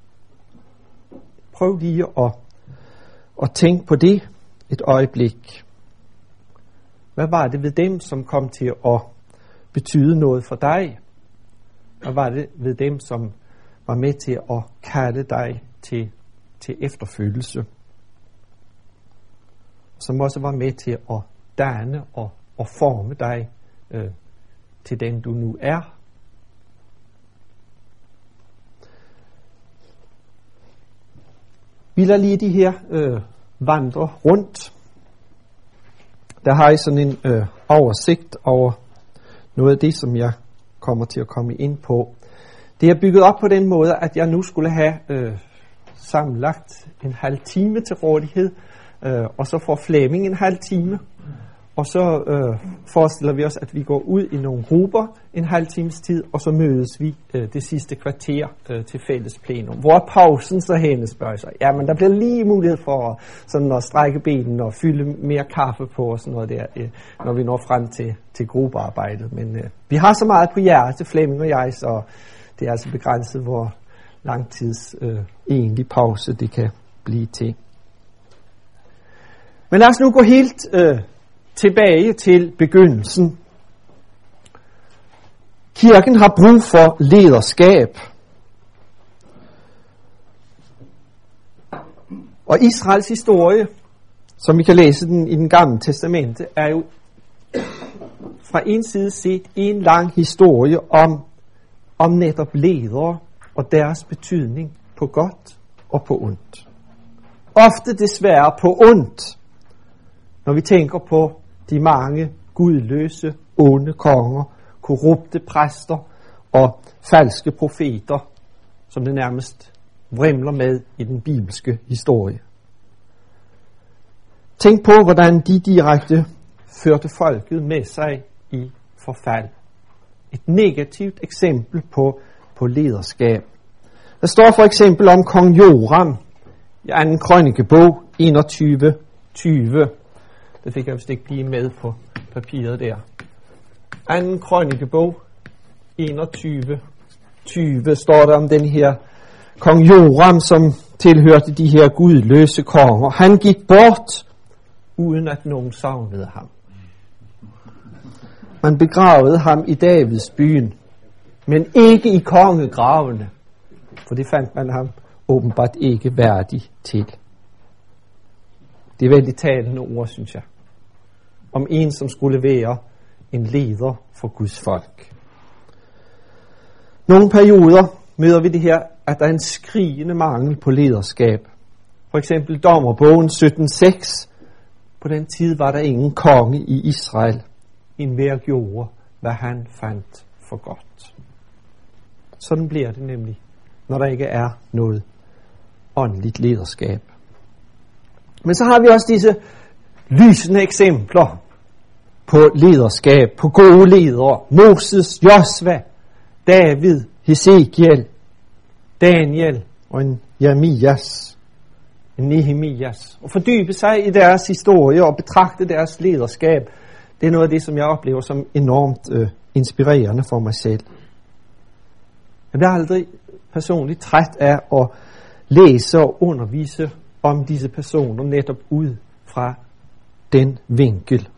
Prøv lige at, at tænke på det et øjeblik. Hvad var det ved dem, som kom til at betyde noget for dig? Hvad var det ved dem, som var med til at kalde dig til, til efterfølgelse? Som også var med til at danne og, og forme dig øh, til den, du nu er. Vi lader lige de her øh, vandre rundt. Der har I sådan en øh, oversigt over noget af det, som jeg kommer til at komme ind på. Det er bygget op på den måde, at jeg nu skulle have øh, sammenlagt en halv time til rådighed, øh, og så får Flemming en halv time. Og så øh, forestiller vi os, at vi går ud i nogle grupper en halv times tid, og så mødes vi øh, det sidste kvarter øh, til fælles plenum. Hvor er pausen så henne, spørger sig. Ja, men der bliver lige mulighed for sådan at strække benene og fylde mere kaffe på og sådan noget der, øh, når vi når frem til, til gruppearbejdet. Men øh, vi har så meget på hjertet, Flemming og jeg, så det er altså begrænset, hvor lang tids øh, egentlig pause det kan blive til. Men lad os nu gå helt øh, tilbage til begyndelsen. Kirken har brug for lederskab. Og Israels historie, som vi kan læse den i den gamle testamente, er jo fra en side set en lang historie om, om netop ledere og deres betydning på godt og på ondt. Ofte desværre på ondt, når vi tænker på de mange gudløse, onde konger, korrupte præster og falske profeter, som det nærmest vrimler med i den bibelske historie. Tænk på, hvordan de direkte førte folket med sig i forfald. Et negativt eksempel på, på lederskab. Der står for eksempel om kong Joram i anden krønikebog enogtyve tyve. Det fik jeg vist ikke blive med på papiret der. anden krønikebog enogtyve tyve står der om den her kong Joram, som tilhørte de her gudløse konger. Han gik bort, uden at nogen savnede ham. Man begravede ham i Davids byen, men ikke i kongegravene, for det fandt man ham åbenbart ikke værdig til. Det er vældig talende ord, synes jeg, om en, som skulle være en leder for Guds folk. Nogle perioder møder vi det her, at der er en skrigende mangel på lederskab. For eksempel Dommerbogen sytten seks. På den tid var der ingen konge i Israel. Enhver gjorde, hvad han fandt for godt. Sådan bliver det nemlig, når der ikke er noget åndeligt lederskab. Men så har vi også disse lysende eksempler på lederskab, på gode ledere. Moses, Josva, David, Hesekiel, Daniel og en Jeremias, en Nehemias. Og fordybe sig i deres historie og betragte deres lederskab, det er noget af det, som jeg oplever som enormt øh, inspirerende for mig selv. Jeg bliver aldrig personligt træt af at læse og undervise om disse personer netop ud fra den vinkel.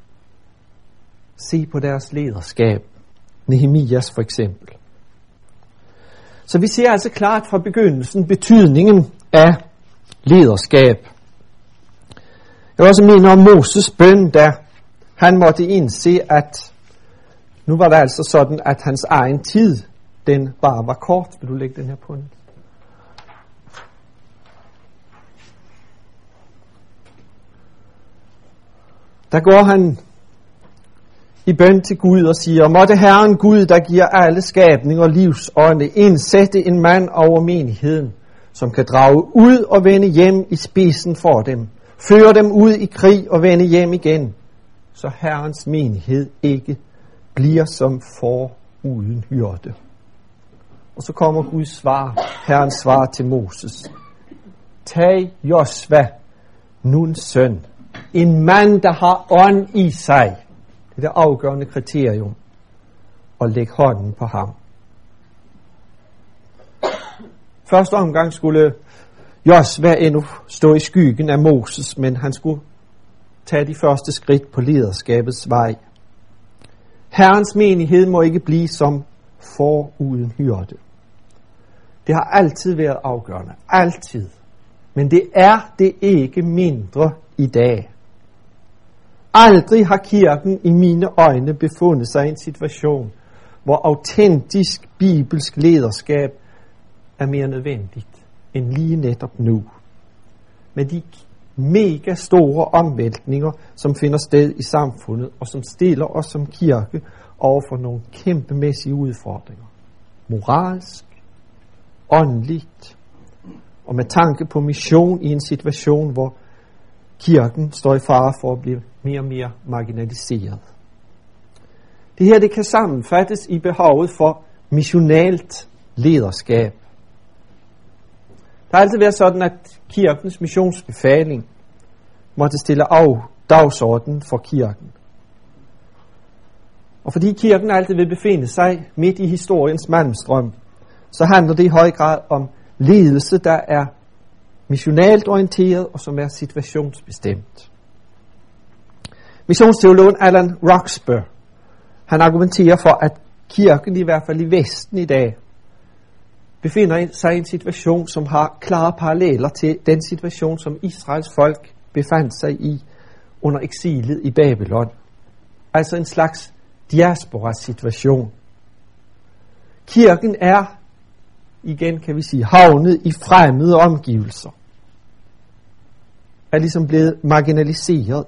Se på deres lederskab. Nehemias for eksempel. Så vi ser altså klart fra begyndelsen betydningen af lederskab. Jeg vil også minde om Moses bøn, da han måtte indse, at nu var det altså sådan, at hans egen tid, den bare var kort. Vil du lægge den her på den? Der går han i bøn til Gud og siger, måtte Herren Gud, der giver alle skabninger livsånde, indsætte en mand over menigheden, som kan drage ud og vende hjem i spidsen for dem, føre dem ud i krig og vende hjem igen, så Herrens menighed ikke bliver som får uden hyrde. Og så kommer Guds svar, Herrens svar til Moses. tag Josva, Nuns søn, en mand, der har ånd i sig, det er det afgørende kriterium, og læg hånden på ham. Første omgang skulle Josva endnu stå i skyggen af Moses, men han skulle tage de første skridt på lederskabets vej. Herrens menighed må ikke blive som får uden hyrde. Det har altid været afgørende. Altid. Men det er det ikke mindre i dag. Aldrig har kirken i mine øjne befundet sig i en situation, hvor autentisk bibelsk lederskab er mere nødvendigt end lige netop nu. Med de mega store omvæltninger, som finder sted i samfundet, og som stiller os som kirke over for nogle kæmpemæssige udfordringer. Moralsk, åndeligt, og med tanke på mission i en situation, hvor kirken står i fare for at blive mere og mere marginaliseret. Det her, det kan sammenfattes i behovet for missionalt lederskab. Det har altid været sådan, at kirkens missionsbefaling måtte stille af dagsordenen for kirken. Og fordi kirken altid vil befinde sig midt i historiens mandstrøm, så handler det i høj grad om ledelse, der er missionalt orienteret og som er situationsbestemt. Missionsteologen Alan Roxburgh, han argumenterer for, at kirken i hvert fald i Vesten i dag befinder sig i en situation, som har klare paralleller til den situation, som Israels folk befandt sig i under eksilet i Babylon. Altså en slags diaspora-situation. Kirken er, igen kan vi sige, havnet i fremmede omgivelser. Er ligesom blevet marginaliseret.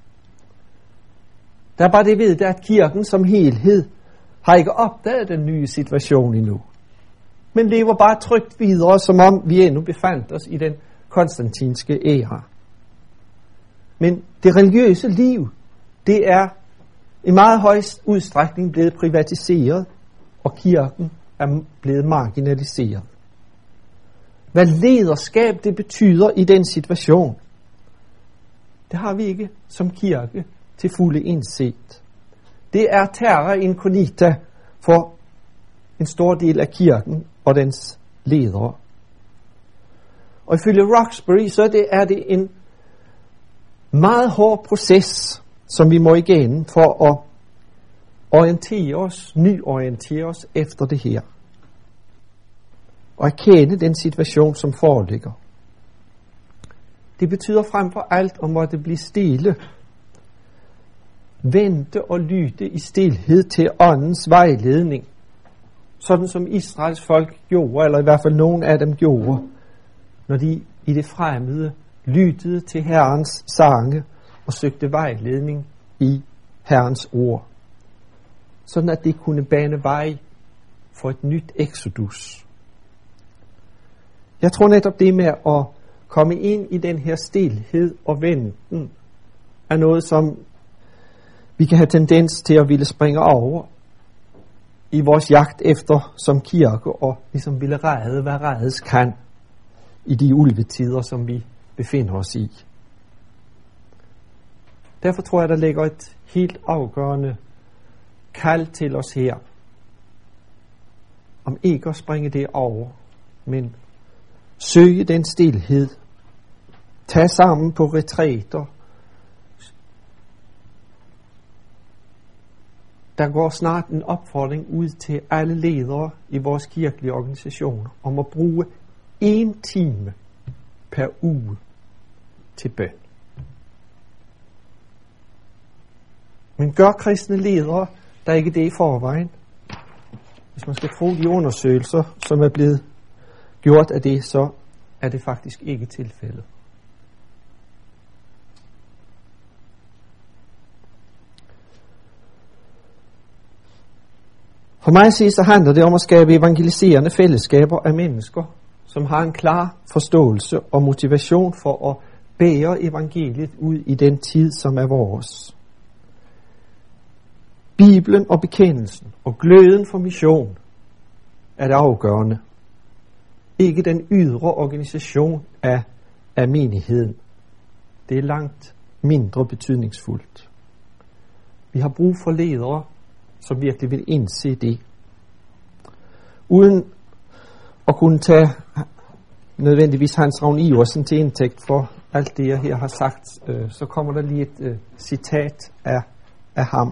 Der er bare det ved, at kirken som helhed har ikke opdaget den nye situation endnu. Men lever bare trygt videre, som om vi endnu befandt os i den konstantinske æra. Men det religiøse liv, det er i meget høj udstrækning blevet privatiseret, og kirken er blevet marginaliseret. Hvad lederskab det betyder i den situation, det har vi ikke som kirke til fulde indset. Det er terra incognita for en stor del af kirken og dens ledere. Og ifølge Roxbury, så det er det en meget hård proces, som vi må igennem for at orientere os, nyorientere os efter det her. Og erkende den situation, som foreligger. Det betyder frem for alt om at det bliver stille. Vente og lytte i stilhed til åndens vejledning. Sådan som Israels folk gjorde, eller i hvert fald nogen af dem gjorde, når de i det fremmede lyttede til Herrens sange og søgte vejledning i Herrens ord. Sådan at det kunne bane vej for et nyt exodus. Jeg tror netop det med at komme ind i den her stilhed og venten er noget, som vi kan have tendens til at ville springe over i vores jagt efter som kirke og ligesom ville redde, hvad reddes kan i de ulvetider, som vi befinder os i. Derfor tror jeg, der ligger et helt afgørende kald til os her, om ikke at springe det over, men søge den stilhed, tag sammen på retræter. Der går snart en opfordring ud til alle ledere i vores kirkelige organisationer om at bruge en time per uge til bøn. Men gør kristne ledere, der ikke det i forvejen? Hvis man skal tro de undersøgelser, som er blevet gjort af det, så er det faktisk ikke tilfældet. For mig at sige, så handler det om at skabe evangeliserende fællesskaber af mennesker, som har en klar forståelse og motivation for at bære evangeliet ud i den tid, som er vores. Bibelen og bekendelsen og gløden for mission er det afgørende. Ikke den ydre organisation af af menigheden, det er langt mindre betydningsfuldt. Vi har brug for ledere, som virkelig vil indse det. Uden at kunne tage nødvendigvis Hans Ravn Iversen til indtægt for alt det, jeg her har sagt, øh, så kommer der lige et øh, citat af, af ham.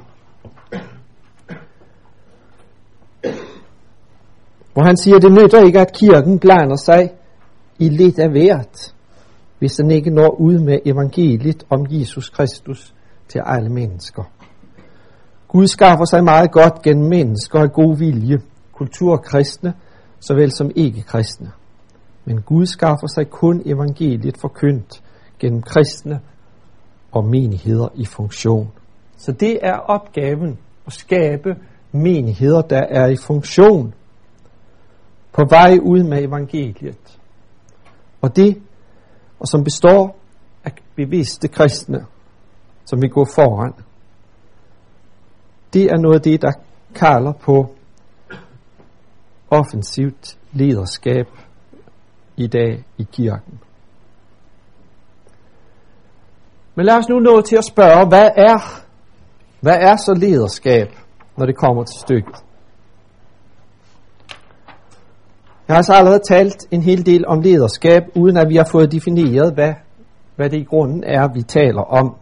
Hvor han siger, det nytter ikke, at kirken blander sig i lidt af hvert, hvis den ikke når ud med evangeliet om Jesus Kristus til alle mennesker. Gud skaffer sig meget godt gennem mennesker af god vilje, kulturkristne såvel som ikke-kristne. Men Gud skaffer sig kun evangeliet forkyndt gennem kristne og menigheder i funktion. Så det er opgaven at skabe menigheder, der er i funktion, på vej ud med evangeliet. Og det, og som består af bevidste kristne, som vil gå foran, det er noget af det, der kalder på offensivt lederskab i dag i kirken. Men lad os nu nå til at spørge, hvad er, hvad er så lederskab, når det kommer til stykket? Jeg har altså allerede talt en hel del om lederskab, uden at vi har fået defineret, hvad, hvad det i grunden er, vi taler om.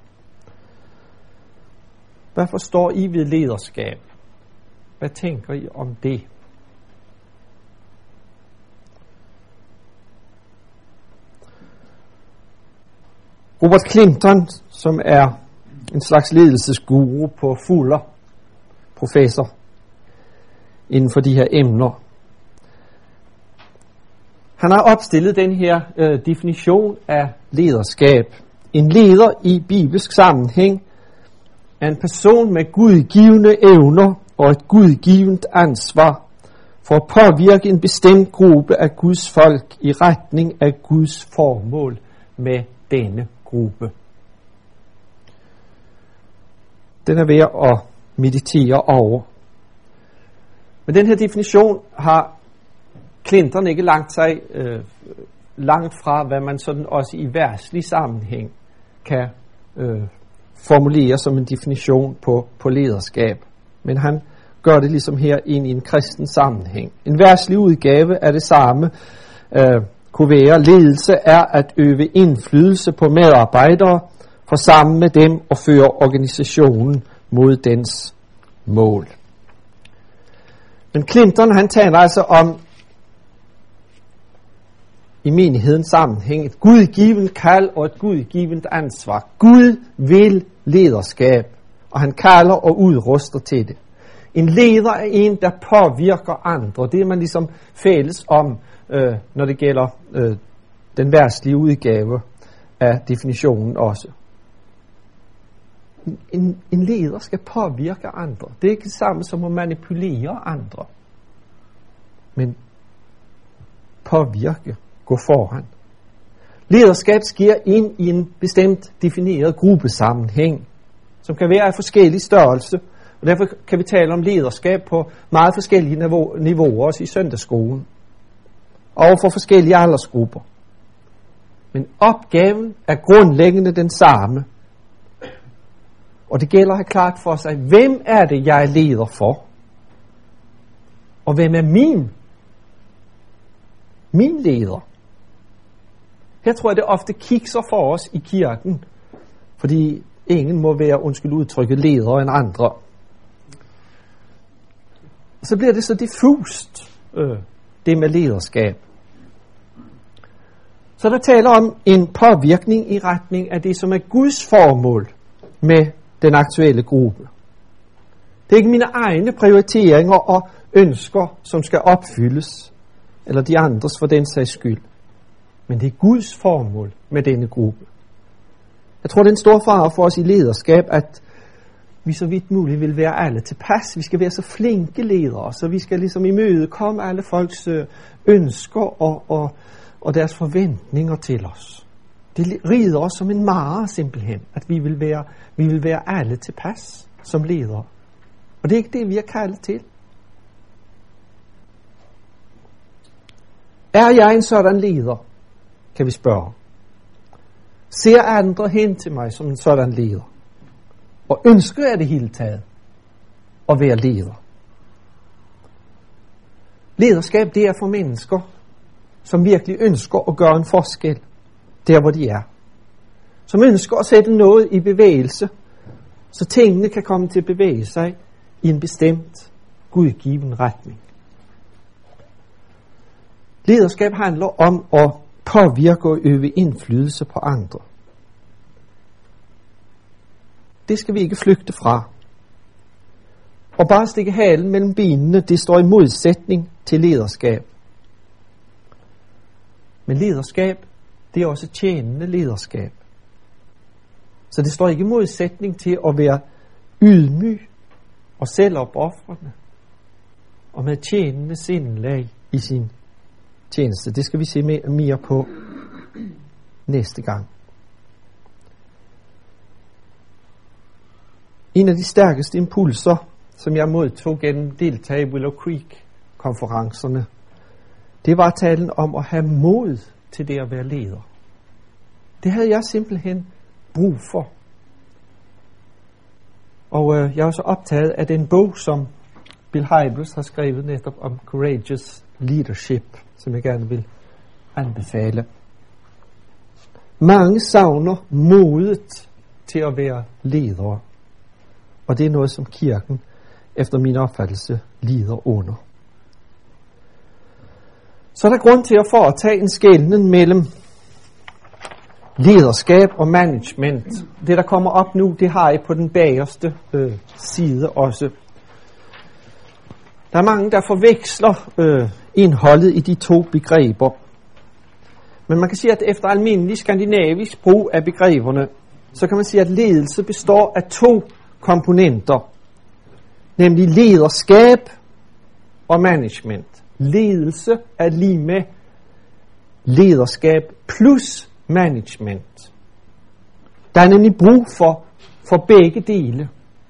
Hvad forstår I ved lederskab? Hvad tænker I om det? Robert Clinton, som er en slags ledelsesguru på Fuller, professor inden for de her emner, han har opstillet den her øh, definition af lederskab. En leder i bibelsk sammenhæng er en person med gudgivende evner og et gudgivet ansvar for at påvirke en bestemt gruppe af Guds folk i retning af Guds formål med denne gruppe. Den er ved at meditere over. Men den her definition har Clinton ikke langt sig øh, langt fra, hvad man sådan også i verdslig sammenhæng kan øh, formulere som en definition på, på lederskab. Men han gør det ligesom her ind i en kristen sammenhæng. En verdslig udgave af det samme øh, kunne være, ledelse er at øve indflydelse på medarbejdere, for sammen med dem at føre organisationen mod dens mål. Men Clinton, han taler altså om i menighedens sammenhæng et gudgivet kald og et gudgivet ansvar. Gud vil lederskab, og han kalder og udruster til det. En leder er en, der påvirker andre. Det er man ligesom fælles om, øh, når det gælder øh, den verdslige udgave af definitionen også. En, en leder skal påvirke andre. Det er ikke det samme som at manipulere andre. Men påvirke, gå foran. Lederskab sker ind i en bestemt defineret gruppesammenhæng, som kan være af forskellig størrelse, og derfor kan vi tale om lederskab på meget forskellige niveau, niveauer, også i søndagsskolen, og for forskellige aldersgrupper. Men opgaven er grundlæggende den samme, og det gælder at have klart for sig, hvem er det, jeg er leder for, og hvem er min, min leder. Her tror jeg, det ofte kikser for os i kirken, fordi ingen må være, undskyld udtrykket, ledere end andre. Så bliver det så diffust, øh, det med lederskab. Så der taler om en påvirkning i retning af det, som er Guds formål med den aktuelle gruppe. Det er ikke mine egne prioriteringer og ønsker, som skal opfyldes, eller de andres for den sags skyld. Men det er Guds formål med denne gruppe. Jeg tror, det er en stor fare for os i lederskab, at vi så vidt muligt vil være alle tilpas. Vi skal være så flinke ledere, så vi skal ligesom imødekomme alle folks ønsker og, og, og deres forventninger til os. Det rider os som en mare simpelthen, at vi vil være, vi vil være alle tilpas som ledere. Og det er ikke det, vi er kaldet til. Er jeg en sådan leder, kan vi spørge. Ser andre hen til mig som en sådan leder? Og ønsker jeg det hele taget at være leder? Lederskab, det er for mennesker, som virkelig ønsker at gøre en forskel der, hvor de er. Som ønsker at sætte noget i bevægelse, så tingene kan komme til at bevæge sig i en bestemt gudgiven retning. Lederskab handler om at påvirke og øve indflydelse på andre. Det skal vi ikke flygte fra. Og bare stikke halen mellem benene, det står i modsætning til lederskab. Men lederskab, det er også tjenende lederskab. Så det står ikke i modsætning til at være ydmyg og selvopofrende og med tjenende sindelag i sin tjeneste. Det skal vi se mere, mere på næste gang. En af de stærkeste impulser, som jeg modtog gennem deltag i Willow Creek-konferencerne, det var talen om at have mod til det at være leder. Det havde jeg simpelthen brug for. Og øh, jeg er så optaget af den bog, som Bill Hybels har skrevet netop om Courageous Leadership, som jeg gerne vil anbefale. Mange savner modet til at være ledere, og det er noget, som kirken efter min opfattelse lider under. Så er der grund til at foretage en skelnen mellem lederskab og management. Det, der kommer op nu, det har I på den bagerste øh, side også. Der er mange, der forveksler øh, indholdet i de to begreber. Men man kan sige, at efter almindelig skandinavisk brug af begreberne, så kan man sige, at ledelse består af to komponenter, nemlig lederskab og management. Ledelse er lige med lederskab plus management. Der er nemlig brug for, for begge dele.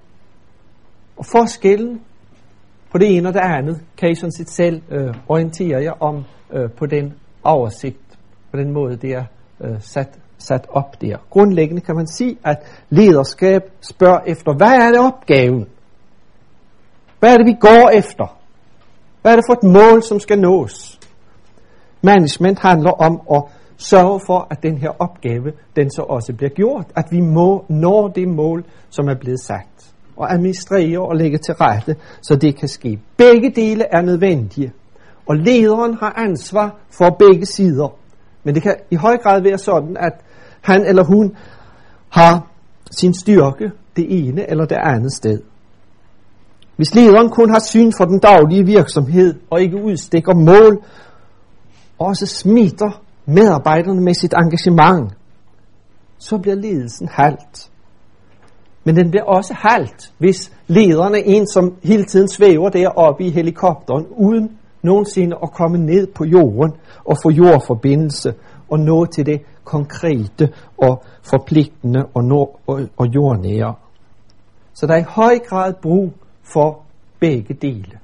Og forskellen på det ene og det andet kan I sådan set selv øh, orientere jer om øh, på den oversigt, på den måde det er øh, sat, sat op der. Grundlæggende kan man sige, at lederskab spørger efter, hvad er det opgaven? Hvad er det vi går efter? Hvad er det for et mål, som skal nås? Management handler om at sørge for, at den her opgave, den så også bliver gjort. At vi må nå det mål, som er blevet sat. Og administrere og lægge til rette, så det kan ske. Begge dele er nødvendige. Og lederen har ansvar for begge sider. Men det kan i høj grad være sådan, at han eller hun har sin styrke det ene eller det andet sted. Hvis lederen kun har syn for den daglige virksomhed og ikke udstikker mål, og også smitter medarbejderne med sit engagement, så bliver ledelsen halt. Men den bliver også halt, hvis lederen er en, som hele tiden svæver deroppe i helikopteren, uden nogensinde at komme ned på jorden og få jordforbindelse og nå til det konkrete og forpligtende og, nå, og, og jordnære. Så der er i høj grad brug for begge dele.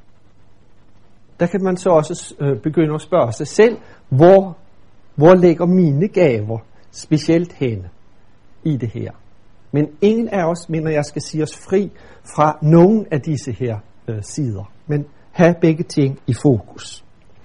Der kan man så også øh, begynde at spørge sig selv, hvor, hvor ligger mine gaver specielt henne i det her. Men ingen af os, mener jeg, skal sige os fri fra nogen af disse her øh, sider. Men have begge ting i fokus.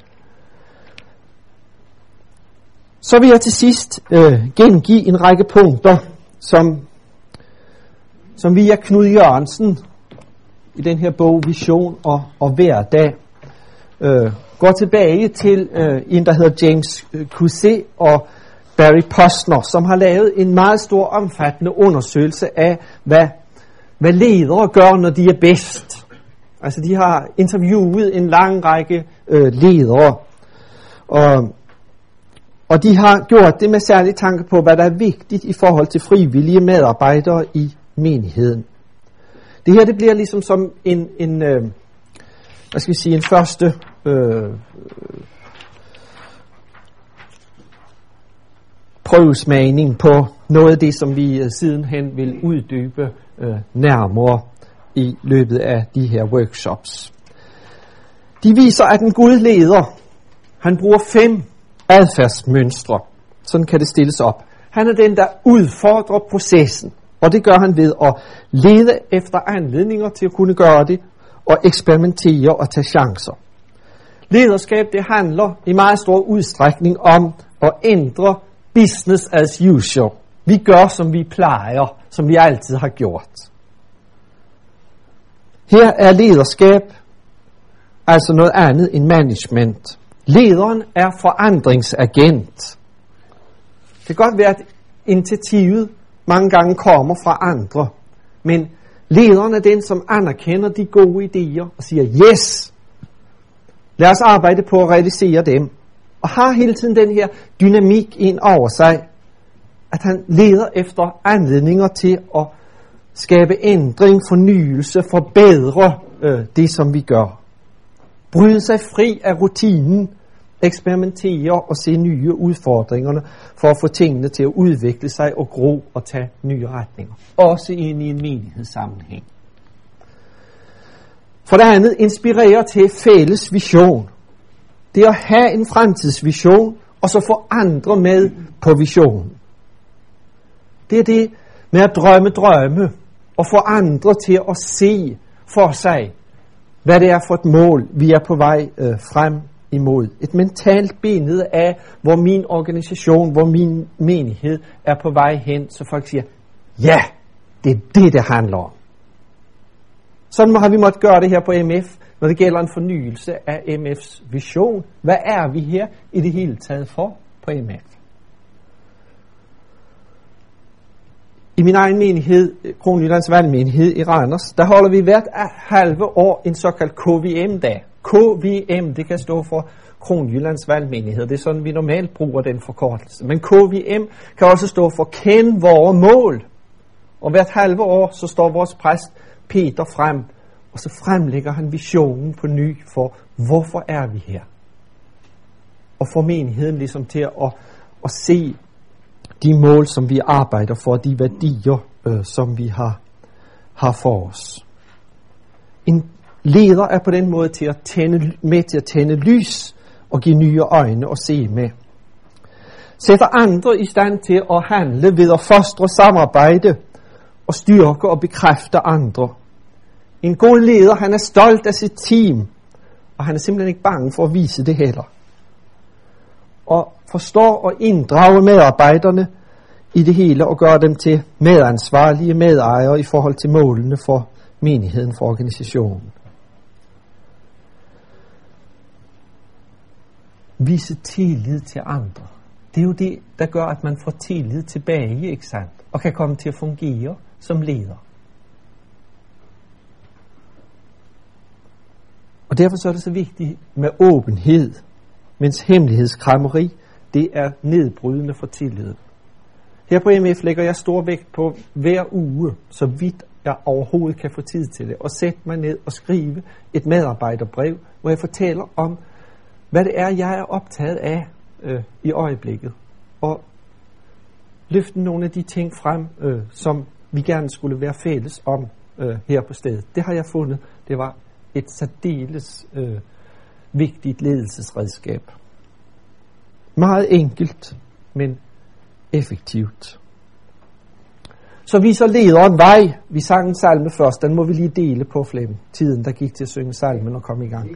Så vil jeg til sidst øh, gengive en række punkter, som, som via Knud Jørgensen i den her bog Vision og, og Hverdag øh, går tilbage til øh, en, der hedder James Cousset og Barry Posner, som har lavet en meget stor omfattende undersøgelse af, hvad, hvad ledere gør, når de er bedst. Altså de har interviewet en lang række øh, ledere, og, og de har gjort det med særlig tanke på, hvad der er vigtigt i forhold til frivillige medarbejdere i menigheden. Det her, det bliver ligesom som en, en øh, hvad skal vi sige, en første øh, prøvesmagning på noget af det, som vi sidenhen vil uddybe øh, nærmere i løbet af de her workshops. De viser, at en god leder, han bruger fem adfærdsmønstre. Sådan kan det stilles op. Han er den, der udfordrer processen. Og det gør han ved at lede efter anledninger til at kunne gøre det, og eksperimentere og tage chancer. Lederskab, det handler i meget stor udstrækning om at ændre business as usual. Vi gør, som vi plejer, som vi altid har gjort. Her er lederskab altså noget andet end management. Lederen er forandringsagent. Det kan godt være, at initiativet mange gange kommer fra andre, men lederen er den, som anerkender de gode idéer og siger, yes, lad os arbejde på at realisere dem. Og har hele tiden den her dynamik ind over sig, at han leder efter anledninger til at skabe ændring, fornyelse, forbedre øh, det, som vi gør. Bryde sig fri af rutinen, eksperimentere og se nye udfordringer for at få tingene til at udvikle sig og gro og tage nye retninger. Også ind i en menighedssammenhæng. For det andet, inspirere til fælles vision. Det er at have en fremtidsvision, og så få andre med på visionen. Det er det med at drømme drømme, og få andre til at se for sig, hvad det er for et mål, vi er på vej øh, frem imod. Et mentalt billede af, hvor min organisation, hvor min menighed er på vej hen, så folk siger, ja, det er det, det handler om. Sådan har vi måttet gøre det her på M F, når det gælder en fornyelse af M F's vision. Hvad er vi her i det hele taget for på M F? I min egen menighed, Kronjyllands Valgmenighed i Randers, der holder vi hvert halve år en såkaldt K V M-dag. K V M, det kan stå for Kronjyllands Valgmenighed. Det er sådan, vi normalt bruger den forkortelse. Men K V M kan også stå for Kend vores mål. Og hvert halve år, så står vores præst Peter frem, og så fremlægger han visionen på ny for, hvorfor er vi her? Og får menigheden ligesom til at, at se de mål, som vi arbejder for, de værdier, øh, som vi har, har for os. En leder er på den måde til at tænde, med til at tænde lys og give nye øjne og se med. Sætter andre i stand til at handle ved at fostre samarbejde og styrke og bekræfte andre. En god leder, han er stolt af sit team, og han er simpelthen ikke bange for at vise det heller. Og forstår at inddrage medarbejderne i det hele og gøre dem til medansvarlige medejere i forhold til målene for menigheden, for organisationen. Vise tillid til andre. Det er jo det, der gør, at man får tillid tilbage, ikke sandt? Og kan komme til at fungere som leder. Og derfor så er det så vigtigt med åbenhed, mens hemmelighedskræmmeri, det er nedbrydende for tilliden. Her på M F lægger jeg stor vægt på hver uge, så vidt jeg overhovedet kan få tid til det, og sætte mig ned og skrive et medarbejderbrev, hvor jeg fortæller om, hvad det er, jeg er optaget af øh, i øjeblikket. Og løfte nogle af de ting frem, øh, som vi gerne skulle være fælles om øh, her på stedet. Det har jeg fundet. Det var et særdeles øh, vigtigt ledelsesredskab. Meget enkelt, men effektivt. Så viser lederen vej. Vi sang en salme først, den må vi lige dele på Flem. Tiden, der gik til at synge salmen og komme i gang.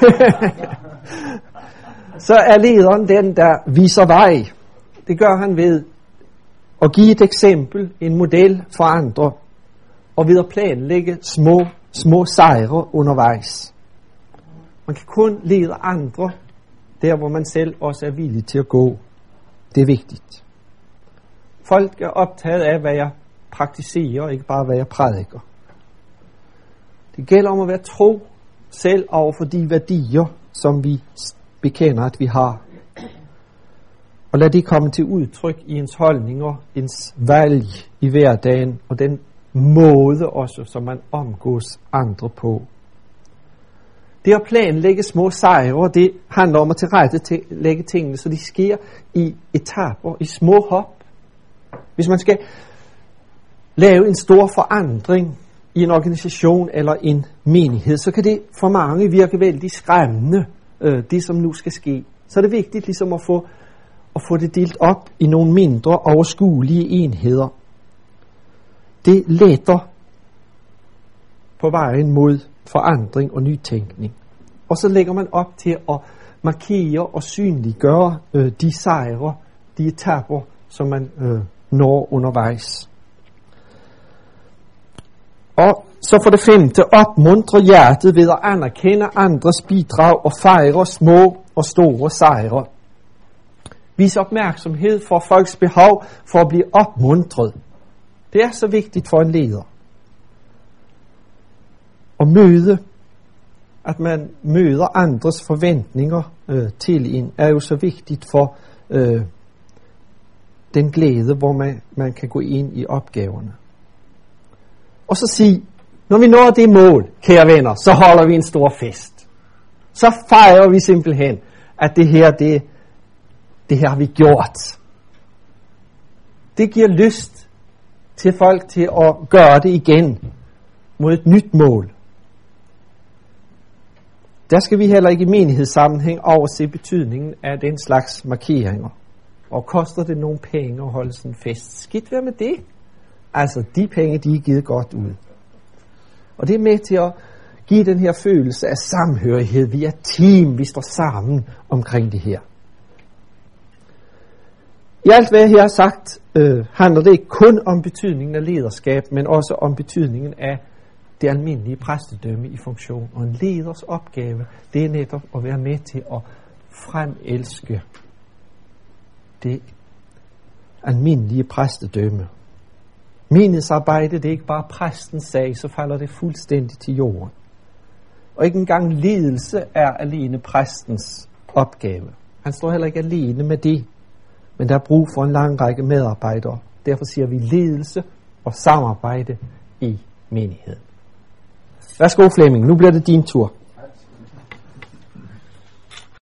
Så er lederen den, der viser vej. Det gør han ved at give et eksempel, en model for andre, og ved at planlægge små, små sejre undervejs. Man kan kun lede andre, der hvor man selv også er villig til at gå. Det er vigtigt. Folk er optaget af, hvad jeg praktiserer, ikke bare hvad jeg prædiker. Det gælder om at være tro selv over for de værdier, som vi bekender, at vi har. Og lad det komme til udtryk i ens holdninger, ens valg i hverdagen, og den måde også, som man omgås andre på. Det at planlægge små sejre, det handler om at tilrettelægge tingene, så de sker i etaper, i små hop. Hvis man skal lave en stor forandring i en organisation eller en menighed, så kan det for mange virke vældig skræmmende, øh, det som nu skal ske. Så er det vigtigt ligesom at få, og få det delt op i nogle mindre overskuelige enheder. Det letter på vejen mod forandring og nytænkning. Og så lægger man op til at markere og synliggøre øh, de sejre, de etapper, som man øh, når undervejs. Og så for det femte, opmuntre hjertet ved at anerkende andres bidrag og fejre små og store sejre. Vis opmærksomhed for folks behov for at blive opmuntret. Det er så vigtigt for en leder. Og møde, at man møder andres forventninger øh, til en, er jo så vigtigt for øh, den glæde, hvor man, man kan gå ind i opgaverne. Og så sig, når vi når det mål, kære venner, så holder vi en stor fest. Så fejrer vi simpelthen, at det her, det, det her har vi gjort. Det giver lyst til folk til at gøre det igen mod et nyt mål. Der skal vi heller ikke i menighedssammenhæng overse betydningen af den slags markeringer. Og koster det nogle penge at holde sådan en fest? Skidt være med det. Altså, de penge, de er givet godt ud. Og det er med til at give den her følelse af samhørighed. Vi er team, vi står sammen omkring det her. I alt hvad jeg her har sagt, øh, handler det ikke kun om betydningen af lederskab, men også om betydningen af det almindelige præstedømme i funktion. Og en leders opgave, det er netop at være med til at fremelske det almindelige præstedømme. Menighedsarbejde, det er ikke bare præstens sag, så falder det fuldstændig til jorden. Og ikke engang ledelse er alene præstens opgave. Han står heller ikke alene med det, men der er brug for en lang række medarbejdere. Derfor siger vi ledelse og samarbejde i menigheden. Værsgo Flemming, nu bliver det din tur.